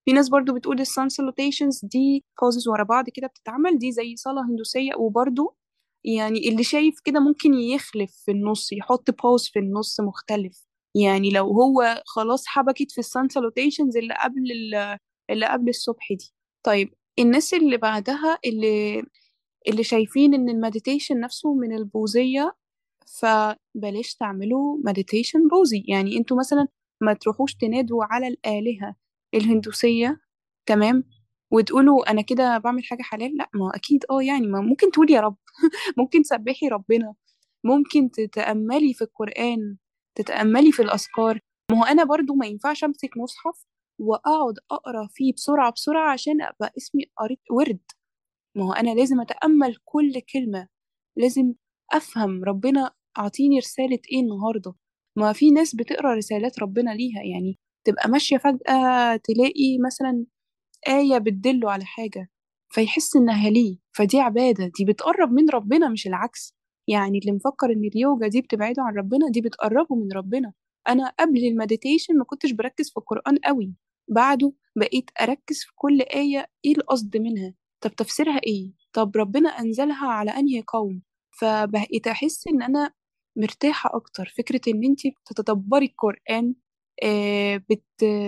في ناس برضو بتقول السان سالوتيشنز دي بوزز ورا بعض كده بتتعمل، دي زي صلاة هندوسية. وبرضو يعني اللي شايف كده ممكن يخلف في النص، يحط بوز في النص مختلف. يعني لو هو خلاص حبكت في السان سالوتيشنز اللي قبل الصبح دي. طيب الناس اللي بعدها اللي شايفين ان المديتيشن نفسه من البوذية، فبلاش تعملوا مديتيشن بوذي. يعني انتوا مثلا ما تروحوش تنادوا على الآلهة الهندوسية، تمام، وتقولوا انا كده بعمل حاجة حلال. لا، ما اكيد يعني ما ممكن تقول يا رب، ممكن تسبحي ربنا، ممكن تتأملي في القرآن، تتأملي في الأذكار. ما هو أنا برضو ما ينفعش أمسك مصحف وأقعد أقرأ فيه بسرعة بسرعة عشان أبقى اسمي قريت ورد. ما هو أنا لازم أتأمل كل كلمة، لازم أفهم ربنا أعطيني رسالة إيه النهاردة. ما في ناس بتقرأ رسالات ربنا ليها، يعني تبقى ماشية فجأة تلاقي مثلا آية بتدله على حاجة، فيحس إنها ليه، فدي عبادة، دي بتقرب من ربنا مش العكس. يعني اللي مفكر إن اليوجا دي بتبعده عن ربنا، دي بتقربه من ربنا. أنا قبل المديتيشن ما كنتش بركز في القرآن قوي، بعده بقيت أركز في كل آية إيه القصد منها، طب تفسيرها إيه، طب ربنا أنزلها على أنهي قوم. فبقيت أحس إن أنا مرتاحة أكتر. فكرة إن أنتي بتتدبري القرآن، بت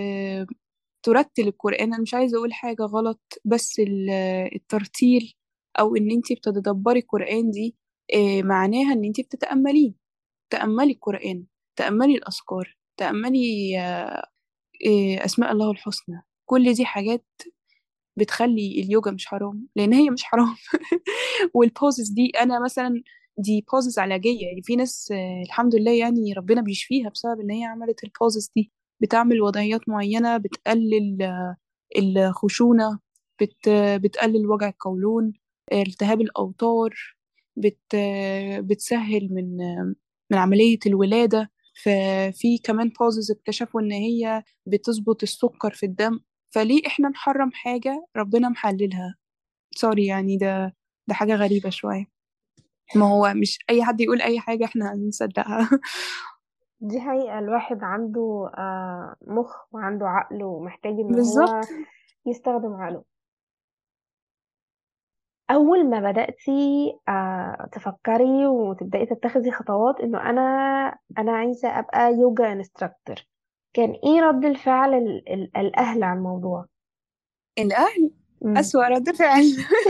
ترتل القرآن، أنا مش عايزة أقول حاجة غلط، بس الترتيل أو إن أنتي بتتدبري القرآن دي معناها إن أنتي بتتأمليه. تأملي القرآن، تأملي الأذكار، تأملي أسماء الله الحسنى. كل دي حاجات بتخلي اليوجا مش حرام، لأن هي مش حرام. والبوزز دي أنا مثلا، دي بوزز علاجية. يعني في ناس الحمد لله يعني ربنا بيشفيها بسبب إن هي عملت البوزز دي. بتعمل وضعيات معينة بتقلل الخشونة، بتقلل وجع القولون، التهاب الأوتار، بتسهل من عملية الولادة. ففي كمان بوزز اكتشفوا إن هي بتظبط السكر في الدم. فليه إحنا نحرم حاجة ربنا محللها؟ سوري يعني، ده حاجة غريبة شوية. ما هو مش أي حد يقول أي حاجة إحنا هنصدقها. دي حقيقة، الواحد عنده مخ وعنده عقل ومحتاج ان هو بالظبط. يستخدم عقله. اول ما بدأتي تفكري وتبدأي تتخذي خطوات انه انا عايزة ابقى يوجا انستراكتور، كان ايه رد الفعل الاهل على الموضوع؟ الأهل مم. أسوأ رد فعل.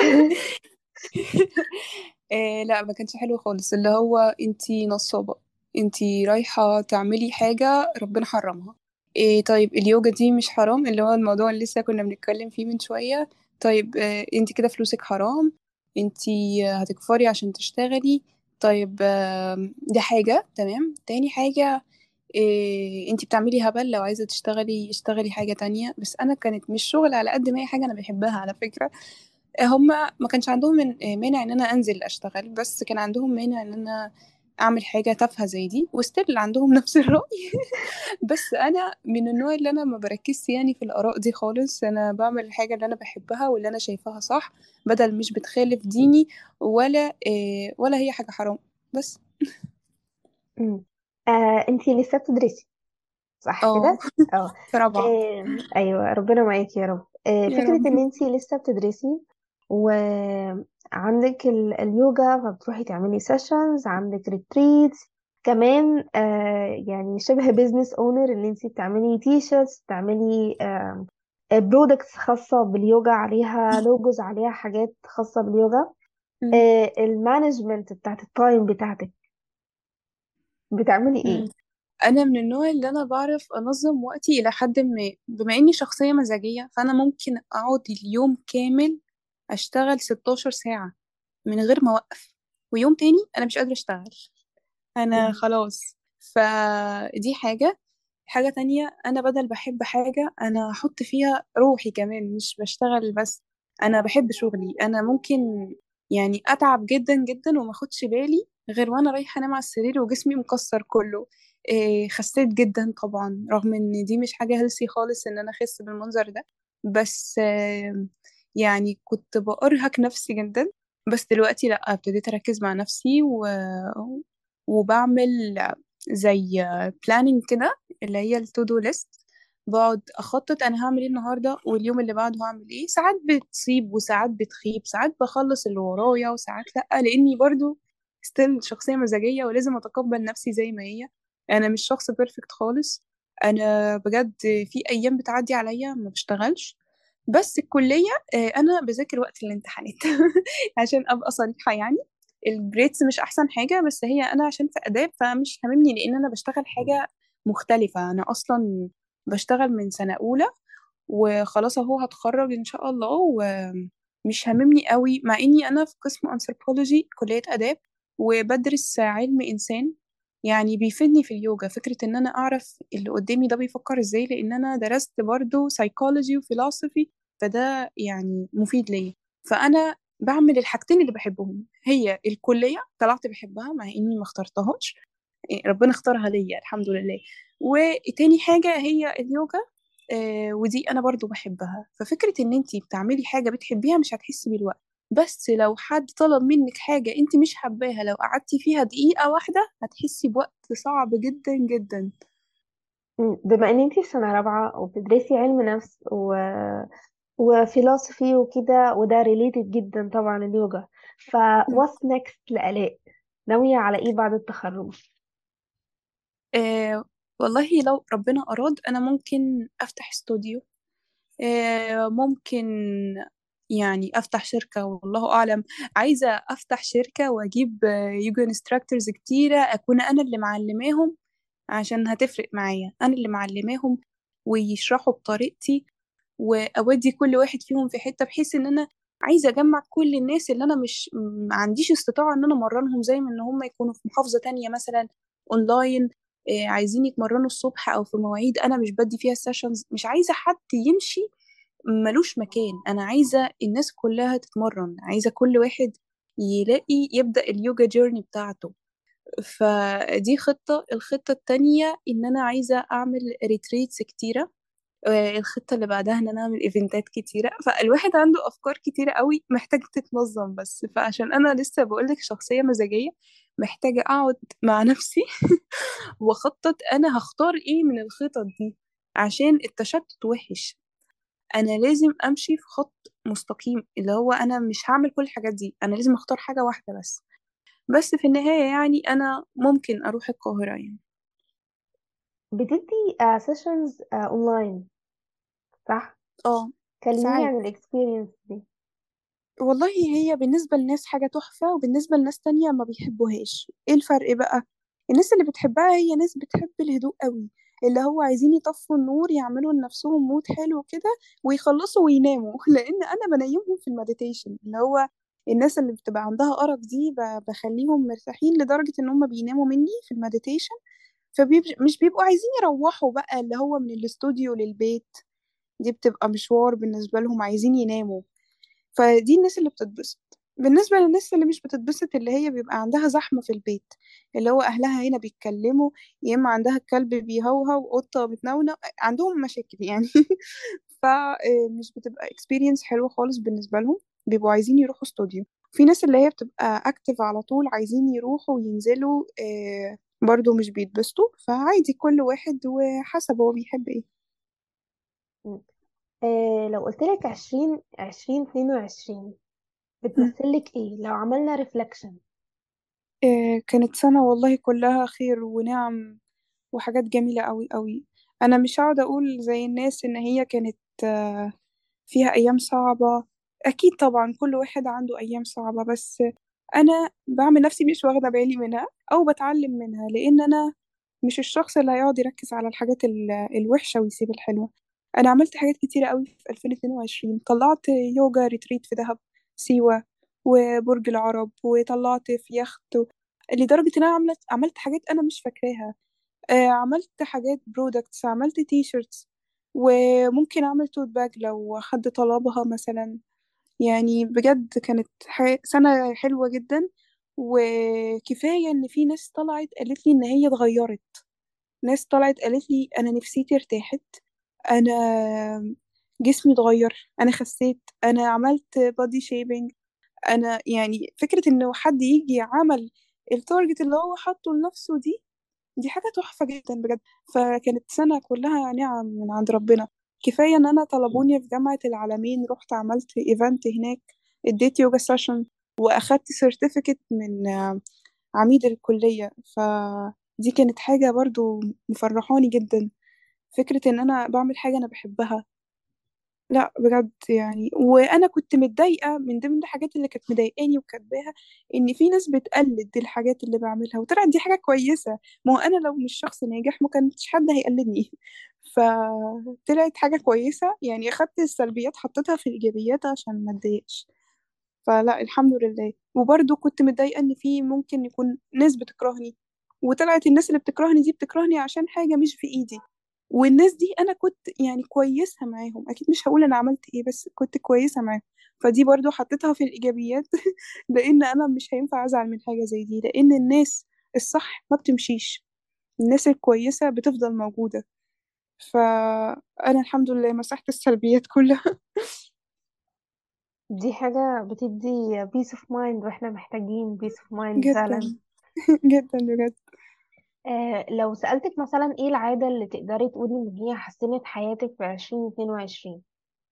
لا، ما كانش حلو خالص. اللي هو انتي نصابة، انتي رايحة تعملي حاجة ربنا حرمها. طيب اليوجا دي مش حرام؟ اللي هو الموضوع اللي لسه كنا بنتكلم فيه من شوية. طيب انتي كده فلوسك حرام، انتي هتكفري عشان تشتغلي. طيب دي حاجة. تمام، تاني حاجة، انتي بتعملي هبل، لو عايزة تشتغلي اشتغلي حاجة تانية. بس انا كانت مش شغل على قد ما هي حاجة انا بحبها على فكرة. هما ما كانش عندهم مانع ان انا انزل اشتغل، بس كان عندهم مانع ان انا اعمل حاجة تافهة زي دي، وستيل عندهم نفس الرأي. بس انا من النوع اللي انا ما بركزش يعني في الاراء دي خالص. انا بعمل الحاجة اللي انا بحبها واللي انا شايفاها صح، بدل مش بتخالف ديني ولا هي حاجة حرام. بس. مم. انتي لسه بتدرسي، صح اه. كده؟ اه. في رابعة. ايوه، ربنا معاكي يا رب. يا فكرة رب. ان انتي لسه بتدرسي وعندك اليوجا، فبتروحي تعملي سيشنز، عندك ريتريتس كمان، يعني شبه بيزنس اونر، ان انتي بتعملي تي شيرتس، تعملي برودكتس خاصة باليوجا، عليها لوجوز، عليها حاجات خاصة باليوجا. مم. المانجمنت بتاعت التايم بتاعتك، بتعملي ايه؟ مم. انا من النوع اللي انا بعرف انظم وقتي الى حد ما. بما اني شخصيه مزاجيه، فانا ممكن اقعد اليوم كامل اشتغل 16 ساعه من غير ما اوقف، ويوم تاني انا مش قادره اشتغل، انا مم. خلاص. فدي حاجه تانية. انا بدل بحب حاجه انا احط فيها روحي كمان، مش بشتغل بس. انا بحب شغلي. انا ممكن يعني اتعب جدا جدا وما اخدش بالي غير وانا رايحه انام على السرير وجسمي مكسر كله. خسيت جدا طبعا، رغم ان دي مش حاجه هيلثي خالص ان انا اخس بالمنظر ده. بس يعني كنت بأرهق نفسي جدا. بس دلوقتي لا، ابتديت اركز مع نفسي وبعمل زي بلاننج كده، اللي هي التو دو ليست. بقعد اخطط انا هعمل ايه النهارده واليوم اللي بعده هعمل ايه. ساعات بتصيب وساعات بتخيب، ساعات بخلص اللي ورايا وساعات لا، لاني برضو ستيل شخصيه مزاجيه ولازم اتقبل نفسي زي ما هي. انا مش شخص بيرفكت خالص. انا بجد في ايام بتعدي عليا ما بشتغلش. بس الكليه انا بذاكر وقت الامتحانات عشان ابقى صريحه يعني. الجريدز مش احسن حاجه، بس هي انا عشان في اداب فمش هاممني لان انا بشتغل حاجه مختلفه. انا اصلا بشتغل من سنة أولى وخلاص اهو هتخرج ان شاء الله، ومش هاممني قوي مع اني انا في قسم انثروبولوجي كلية آداب وبدرس علم انسان. يعني بيفيدني في اليوجا فكرة ان انا اعرف اللي قدامي ده بيفكر ازاي، لان انا درست برضو سايكولوجي وفلسفي، فده يعني مفيد ليا. فانا بعمل الحاجتين اللي بحبهم. هي الكلية طلعت بحبها مع اني ما اخترتهاش، ربنا اختارها ليا الحمد لله. وتاني حاجة هي اليوجا، ودي انا برضو بحبها. ففكرة ان انتي بتعملي حاجة بتحبيها مش هتحسي بالوقت. بس لو حد طلب منك حاجة انتي مش حباها، لو قعدتي فيها دقيقة واحدة هتحسي بوقت صعب جدا جدا. بما ان انتي في سنة رابعة وبتدرسي علم نفس وفلسفي وكده، وده ريليتد جدا طبعا اليوجا، ف what's next لآلاء؟ ناوية على ايه بعد التخرج؟ آه والله لو ربنا أراد أنا ممكن أفتح استوديو. ممكن يعني أفتح شركة، والله أعلم. عايزة أفتح شركة وأجيب يوجا انستراكتورز كتيرة أكون أنا اللي معلماهم، عشان هتفرق معايا أنا اللي معلماهم ويشرحوا بطريقتي، وأودي كل واحد فيهم في حتة بحيث إن أنا عايزة أجمع كل الناس اللي أنا مش ما عنديش استطاعة إن أنا أمرنهم، زي ما إن هم يكونوا في محافظة تانية مثلا أونلاين، عايزين يتمرنوا الصبح أو في مواعيد أنا مش بدي فيها سيشنز. مش عايزة حد يمشي ملوش مكان، انا عايزة الناس كلها تتمرن، عايزة كل واحد يلاقي يبدأ اليوجا جيرني بتاعته. فدي خطة. الخطة التانية ان انا عايزة اعمل ريتريتس كتيرة. الخطة اللي بعدها ان انا اعمل ايفنتات كتيرة. فالواحد عنده افكار كتيرة قوي محتاجة تتنظم. بس فعشان انا لسه بقولك شخصية مزاجية، محتاجة اقعد مع نفسي واخطط انا هختار ايه من الخطط دي، عشان التشتت وحش. انا لازم امشي في خط مستقيم، اللي هو انا مش هعمل كل الحاجات دي، انا لازم اختار حاجة واحدة بس. بس في النهاية يعني انا ممكن اروح القاهرة يعني. بتدي سيشنز اونلاين، صح؟ اه كلميني ساعات. عن الاكسبيرينس دي. والله هي بالنسبة لناس حاجة تحفة وبالنسبة لناس تانية ما بيحبوهاش. ايه الفرق بقى؟ الناس اللي بتحبها هي ناس بتحب الهدوء قوي، اللي هو عايزين يطفوا النور يعملوا لنفسهم مود حلو كده ويخلصوا ويناموا لان انا بنيمهم في المديتيشن. اللي هو الناس اللي بتبقى عندها أرق دي بخليهم مرتاحين لدرجة ان هم بيناموا مني في المديتيشن. فمش بيبقوا عايزين يروحوا بقى اللي هو من الاستوديو للبيت، دي بتبقى مشوار بالنسبة لهم، عايزين يناموا. فدي الناس اللي بتتبسط. بالنسبة للناس اللي مش بتتبسط اللي هي بيبقى عندها زحمة في البيت، اللي هو أهلها هنا بيتكلموا، يا إما عندها الكلب بيهوهو وقطة بتنونة، عندهم مشاكل يعني فمش بتبقى experience حلوة خالص بالنسبة لهم، بيبقوا عايزين يروحوا استوديو. في ناس اللي هي بتبقى اكتف على طول عايزين يروحوا وينزلوا، برضو مش بيتبسطوا. فعادي كل واحد وحسب هو بيحب ايه. م. لو قلتلك 2022 مم. بتمثلك ايه لو عملنا ريفلكشن؟ كانت سنة والله كلها خير ونعم وحاجات جميلة قوي قوي. أنا مش هقعد أقول زي الناس إن هي كانت فيها أيام صعبة. أكيد طبعا كل واحد عنده أيام صعبة، بس أنا بعمل نفسي مش واخدة بالي منها أو بتعلم منها، لأن أنا مش الشخص اللي هيقعد يركز على الحاجات الوحشة ويسيب الحلوة. أنا عملت حاجات كتيرة قوي في 2022. طلعت يوجا ريتريت في دهب، سيوة، وبرج العرب، وطلعت في يخت لدرجة إن أنا عملت حاجات أنا مش فاكراها. عملت حاجات برودكتس، عملت تي شيرتس، وممكن اعمل توت باج لو حد طلبها مثلا. يعني بجد كانت سنة حلوة جدا. وكفاية ان في ناس طلعت قالت لي ان هي اتغيرت. ناس طلعت قالت لي انا نفسيتي ارتاحت، انا جسمي اتغير، انا خسيت، انا عملت بودي شيبينج. انا يعني فكرة انه حد يجي عمل التارجت اللي هو حاطه لنفسه دي، دي حاجة تحفة جدا بجد. فكانت سنة كلها نعم من عند ربنا. كفاية ان انا طلبوني في جامعة العالمين، رحت عملت ايفنت هناك، اديت يوجا سيشن، واخدت سيرتيفيكت من عميد الكلية. فدي كانت حاجة برضو مفرحاني جدا، فكرة ان انا بعمل حاجة انا بحبها. لا بجد يعني. وانا كنت متضايقه من ضمن الحاجات اللي كانت مضايقاني وكاتباها ان في ناس بتقلد الحاجات اللي بعملها، وطلعت دي حاجه كويسه. ما هو انا لو مش شخص ناجح ما كانش حد هيقلدني. فطلعت حاجه كويسه يعني، اخدت السلبيات حطيتها في الايجابيات عشان ما اتضايقش. فلا الحمد لله. وبرضه كنت متضايقه ان في ممكن يكون ناس بتكرهني، وطلعت الناس اللي بتكرهني دي بتكرهني عشان حاجه مش في ايدي. والناس دي انا كنت يعني كويسة معاهم، اكيد مش هقول انا عملت ايه بس كنت كويسة معاهم. فدي برضو حطيتها في الايجابيات. لان انا مش هينفع ازعل من حاجة زي دي، لان الناس الصح ما بتمشيش، الناس الكويسة بتفضل موجودة. فانا الحمد لله مسحت السلبيات كلها. دي حاجة بتدي peace of mind، واحنا محتاجين peace of mind جدا. فعلا. جدا بجد. لو سألتك مثلا ايه العادة اللي تقدري تقولي ان هي حسنت حياتك في 2022؟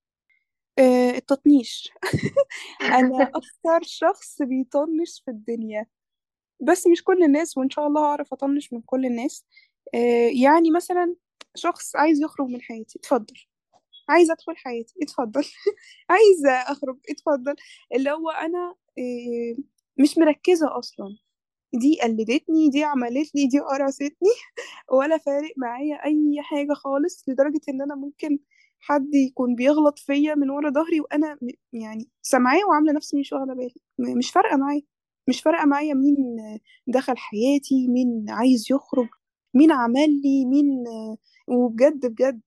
التطنيش. انا اكتر شخص بيطنش في الدنيا، بس مش كل الناس، وإن شاء الله هعرف أطنش من كل الناس. يعني مثلا شخص عايز يخرج من حياتي، اتفضل. عايز أدخل حياتي، اتفضل. عايزة أخرج، اتفضل. اللي هو أنا مش مركزة أصلا، دي قلدتني، دي عملت لي، دي قرصتني. ولا فارق معايا أي حاجة خالص، لدرجة إن أنا ممكن حد يكون بيغلط فيا من ورا ظهري وأنا يعني سامعاه وعاملة نفسي مش واخدة بالي. مش فارقة معايا. مش فارقة معايا مين دخل حياتي، مين عايز يخرج، مين عمل لي، مين وبجد بجد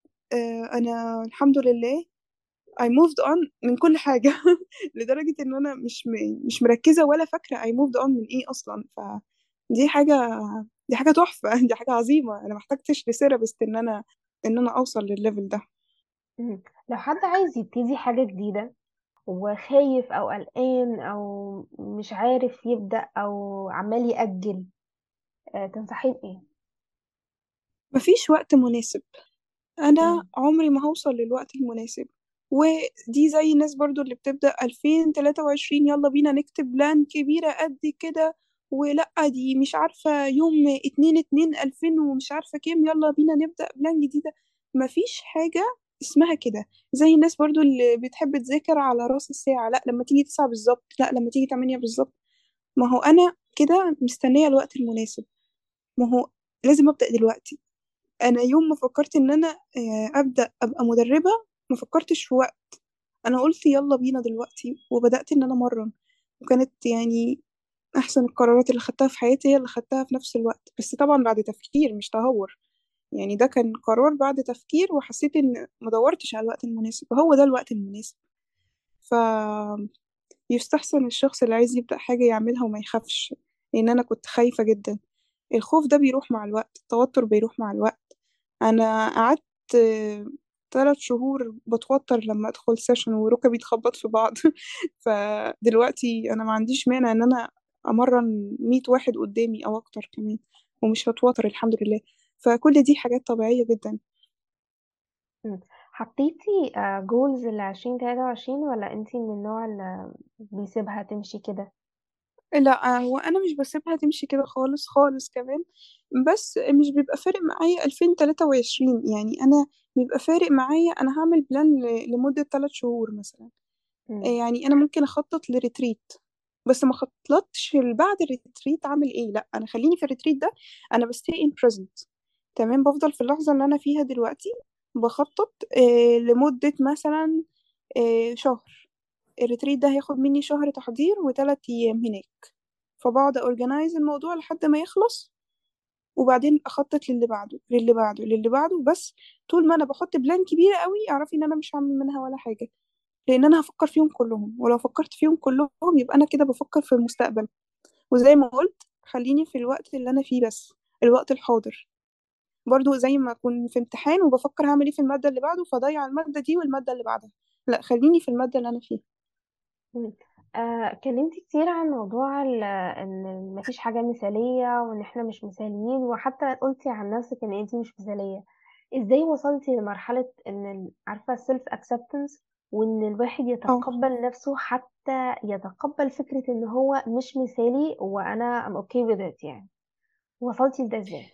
أنا الحمد لله I moved on من كل حاجة. لدرجة إن أنا مش مركزة ولا فاكرة I moved on من إيه أصلا. فدي حاجة دي حاجة تحفة. دي حاجة عظيمة. أنا محتاجتش لثيرابيست إن أنا أوصل للليفل ده. مم. لو حد عايز يبتدي حاجة جديدة وخايف او قلقان او مش عارف يبدأ او عمال يأجل، تنصحيه بإيه؟ مفيش وقت مناسب. أنا مم. عمري ما هوصل للوقت المناسب. ودي زي الناس برضو اللي بتبدأ 2023 يلا بينا نكتب بلان كبيرة قد كده، ولأ دي مش عارفة يوم 2/2/2000 ومش عارفة كام يلا بينا نبدأ بلان جديدة. مفيش حاجة اسمها كده. زي الناس برضو اللي بتحب تذاكر على راس الساعة، لأ لما تيجي 9 بالظبط، لأ لما تيجي 8 بالظبط. ما هو أنا كده مستنية الوقت المناسب. ما هو لازم أبدأ دلوقتي. انا يوم ما فكرت ان انا ابدا ابقى مدربه، ما فكرتش في وقت. انا قلت يلا بينا دلوقتي وبدات ان انا امرن. وكانت يعني احسن القرارات اللي خدتها في حياتي هي اللي خدتها في نفس الوقت، بس طبعا بعد تفكير مش تهور. يعني ده كان قرار بعد تفكير، وحسيت ان ما دورتش على الوقت المناسب، هو ده الوقت المناسب. فيستحسن الشخص اللي عايز يبدأ حاجة يعملها وما يخافش، لان انا كنت خايفة جدا. الخوف ده بيروح مع الوقت، التوتر بيروح مع الوقت. انا قعدت 3 شهور بتوتر لما ادخل سيشن وركبي تخبط في بعض. فدلوقتي انا ما عنديش مانع ان انا امرن 100 واحد قدامي او اكتر كمان، ومش هتوتر الحمد لله. فكل دي حاجات طبيعية جدا. مم. حطيتي جولز ل 2023 ولا انتي من النوع اللي بيسيبها تمشي كده؟ لا هو انا مش بسيبها تمشي كده خالص خالص كمان. بس مش بيبقى فارق معايا 2023 يعني. انا بيبقى فارق معايا انا هعمل بلان لمدة 3 شهور مثلا. مم. يعني انا ممكن اخطط لريتريت، بس ما خططش بعد الريتريت عامل ايه. لا انا خليني في الريتريت ده. انا بستي ان بريزنت، تمام، بفضل في اللحظة اللي انا فيها دلوقتي. بخطط لمدة مثلا شهر. الريتريت ده هياخد مني شهر تحضير و3 ايام هناك. فبقعد اورجنايز الموضوع لحد ما يخلص، وبعدين اخطط للي بعده للي بعده للي بعده. بس طول ما انا بحط بلان كبيرة قوي اعرفي ان انا مش هعمل منها ولا حاجة، لان انا هفكر فيهم كلهم. ولو فكرت فيهم كلهم يبقى انا كده بفكر في المستقبل. وزي ما قلت خليني في الوقت اللي انا فيه بس، الوقت الحاضر. برضو زي ما اكون في امتحان وبفكر هعمل ايه في المادة اللي بعده فضيع المادة دي والمادة اللي بعدها. لا خليني في المادة اللي انا فيها. مم. اتكلمتي كتير عن موضوع ان مفيش حاجة مثالية وان احنا مش مثاليين، وحتى قلتي عن نفسك ان انتي مش مثالية. ازاي وصلتي لمرحلة ان عارفة السيلف اكسبتنس، وان الواحد اه، يتقبل نفسه، حتى يتقبل فكرة ان هو مش مثالي وانا I'm okay with it يعني؟ وصلتي لده ازاي؟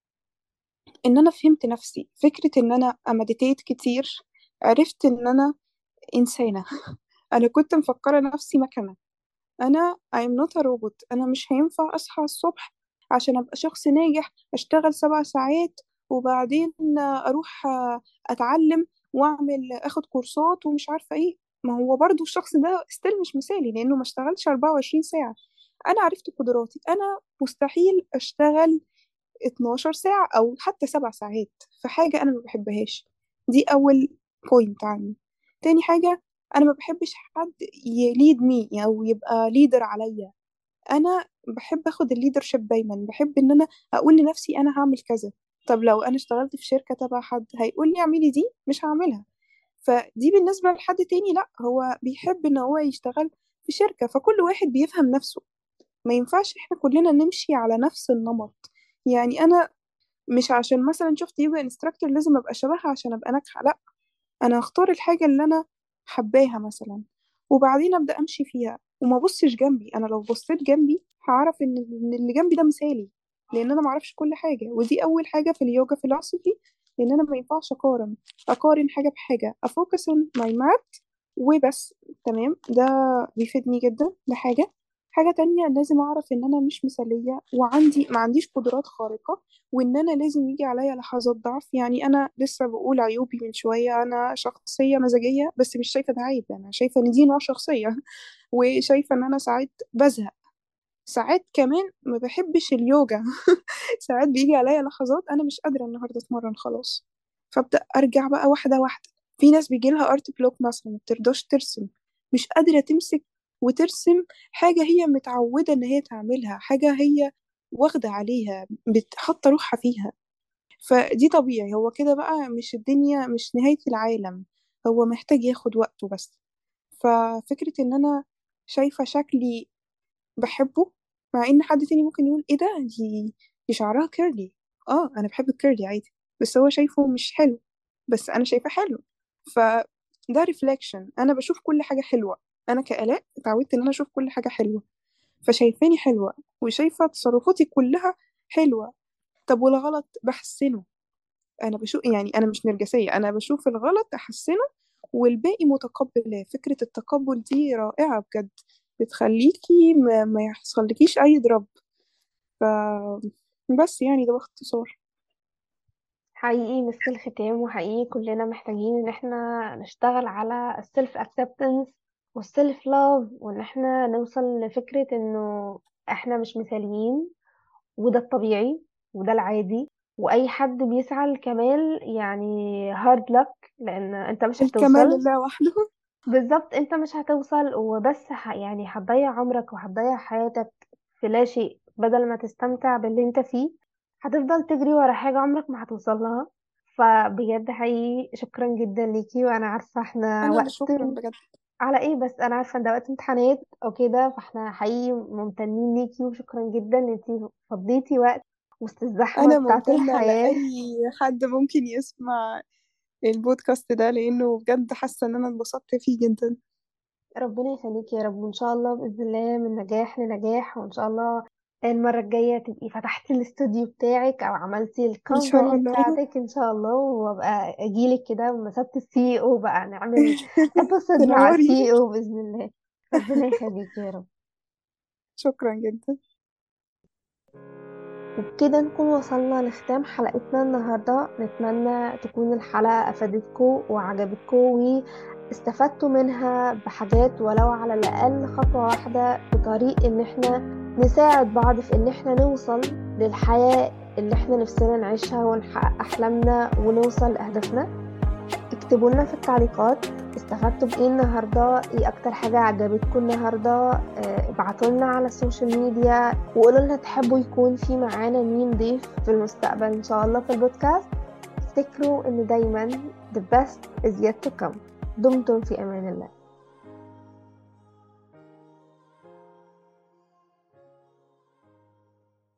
ان انا فهمت نفسي، فكرة ان انا امديتيت كتير، عرفت ان انا انسانة. انا كنت مفكرة نفسي مكنة. انا I'm not a robot. انا مش هينفع اصحى الصبح عشان ابقى شخص ناجح اشتغل 7 ساعات وبعدين اروح اتعلم واعمل اخد كورسات ومش عارفة ايه. ما هو برضو الشخص ده ستيل مش مثالي لانه ما اشتغلش 24 ساعة. انا عرفت قدراتي. انا مستحيل اشتغل 12 ساعة او حتى 7 ساعات في حاجة انا ما بحبهاش. دي اول بوينت عني. تاني حاجة، انا ما بحبش حد يليد مي او يبقى ليدر عليا. انا بحب اخد الليدرشيب دايما. بحب ان انا اقول لنفسي انا هعمل كذا. طب لو انا اشتغلت في شركة تبع حد هيقول لي اعملي دي، مش هعملها. فدي بالنسبة لحد تاني لا، هو بيحب ان هو يشتغل في شركة. فكل واحد بيفهم نفسه. ما ينفعش احنا كلنا نمشي على نفس النمط. يعني انا مش عشان مثلا شفت يوجا انستراكتور لازم ابقى شبهها عشان ابقى ناجحة. لا، انا هختار الحاجة اللي انا حباها مثلا وبعدين ابدا امشي فيها وما ابصش جنبي. انا لو بصيت جنبي هعرف ان اللي جنبي ده مثالي، لان انا ما اعرفش كل حاجة. ودي اول حاجة في اليوجا فيلوسفي، ان انا ما ينفعش اقارن حاجة بحاجة. افوكس on my mat وبس. تمام، ده بيفيدني جدا. ده حاجة تانية، لازم أعرف إن أنا مش مثالية ما عنديش قدرات خارقة، وإن أنا لازم يجي عليا لحظات ضعف. يعني أنا لسه بقول عيوبي من شوية، أنا شخصية مزاجية بس مش شايفة ده عيب. أنا شايفة إن دي نوع شخصية. وشايفة إن أنا ساعات بزهق. ساعات كمان ما بحبش اليوجا. ساعات بيجي عليا لحظات أنا مش قادرة النهاردة أتمرن خلاص، فأبدأ أرجع بقى واحدة واحدة. في ناس بيجي لها ارت بلوك مثلا، ما بترضاش ترسم، مش قادرة تمسك وترسم حاجة هي متعودة إن هي تعملها، حاجة هي واخدة عليها بتحط روحها فيها. فدي طبيعي. هو كده بقى مش الدنيا، مش نهاية العالم. هو محتاج ياخد وقته بس. ففكرة إن أنا شايفة شكلي بحبه، مع ان حد تاني ممكن يقول ايه ده، دي شعرها كيرلي. اه، انا بحب الكيرلي عادي، بس هو شايفه مش حلو، بس انا شايفه حلو. فده ريفلكشن. انا بشوف كل حاجه حلوه. انا كآلاء اتعودت ان انا اشوف كل حاجه حلوه، فشايفاني حلوه وشايفه تصرفاتي كلها حلوه. طب والغلط بحسنه. انا بشوف، يعني انا مش نرجسيه، انا بشوف الغلط احسنه والباقي متقبلاه. فكره التقبل دي رائعه بجد، بتخليكي ما يحصلكيش اي ضرب. ف بس يعني ده باختصار. حقيقي مسك الختام، وحقيقي كلنا محتاجين ان احنا نشتغل على السيلف اكسبتنس والسيلف لاف، وان احنا نوصل لفكرة انه احنا مش مثاليين، وده الطبيعي وده العادي. واي حد بيسعى للكمال يعني هارد لك، لان انت مش الكمال هتوصل. لله وحده. بالظبط، انت مش هتوصل وبس، يعني هتضيع عمرك وهتضيع حياتك في لا شيء، بدل ما تستمتع باللي انت فيه هتفضل تجري ورا حاجة عمرك ما هتوصل لها. فبجد حقيقي شكرا جدا ليكي، وانا عارفة احنا انا اللي وقت. شكرا بجد. على ايه بس، انا عارفة ان ده وقت امتحانات او كده، فاحنا حقيقي ممتنين ليكي، وشكرا جدا ان انتي فضيتي وقت وسط الزحمة انا بتاعة ممتنه الحياة. لاي حد ممكن يسمع البودكاست ده، لانه بجد حاسه ان انا انبسطت فيه جدا. ربنا يخليكي يا رب، وان شاء الله باذن الله من نجاح لنجاح، وان شاء الله المره الجايه تبقي فتحتي الاستوديو بتاعك او عملتي ان شاء الكومباني الله. بتاعتك ان شاء الله، وابقى اجيلك كده بمثابه السي او بقى نعمل ابسط مع تنوري. السي او باذن الله. ربنا يخليكي يا رب. شكرا جدا. وبكده نكون وصلنا لختام حلقتنا النهاردة. نتمنى تكون الحلقة أفادتكم وعجبتكم واستفدتوا منها بحاجات، ولو على الأقل خطوة واحدة في طريق إن احنا نساعد بعض في إن احنا نوصل للحياة اللي احنا نفسنا نعيشها ونحقق أحلامنا ونوصل لأهدافنا. اكتبوا لنا في التعليقات استفدتوا بايه النهارده، ايه اكتر حاجه عجبتكم النهارده. ابعتوا لنا على السوشيال ميديا وقولوا لنا تحبوا يكون في معانا مين ضيف في المستقبل ان شاء الله في البودكاست. افتكروا ان دايما the best is yet to come. دمتم في امان الله.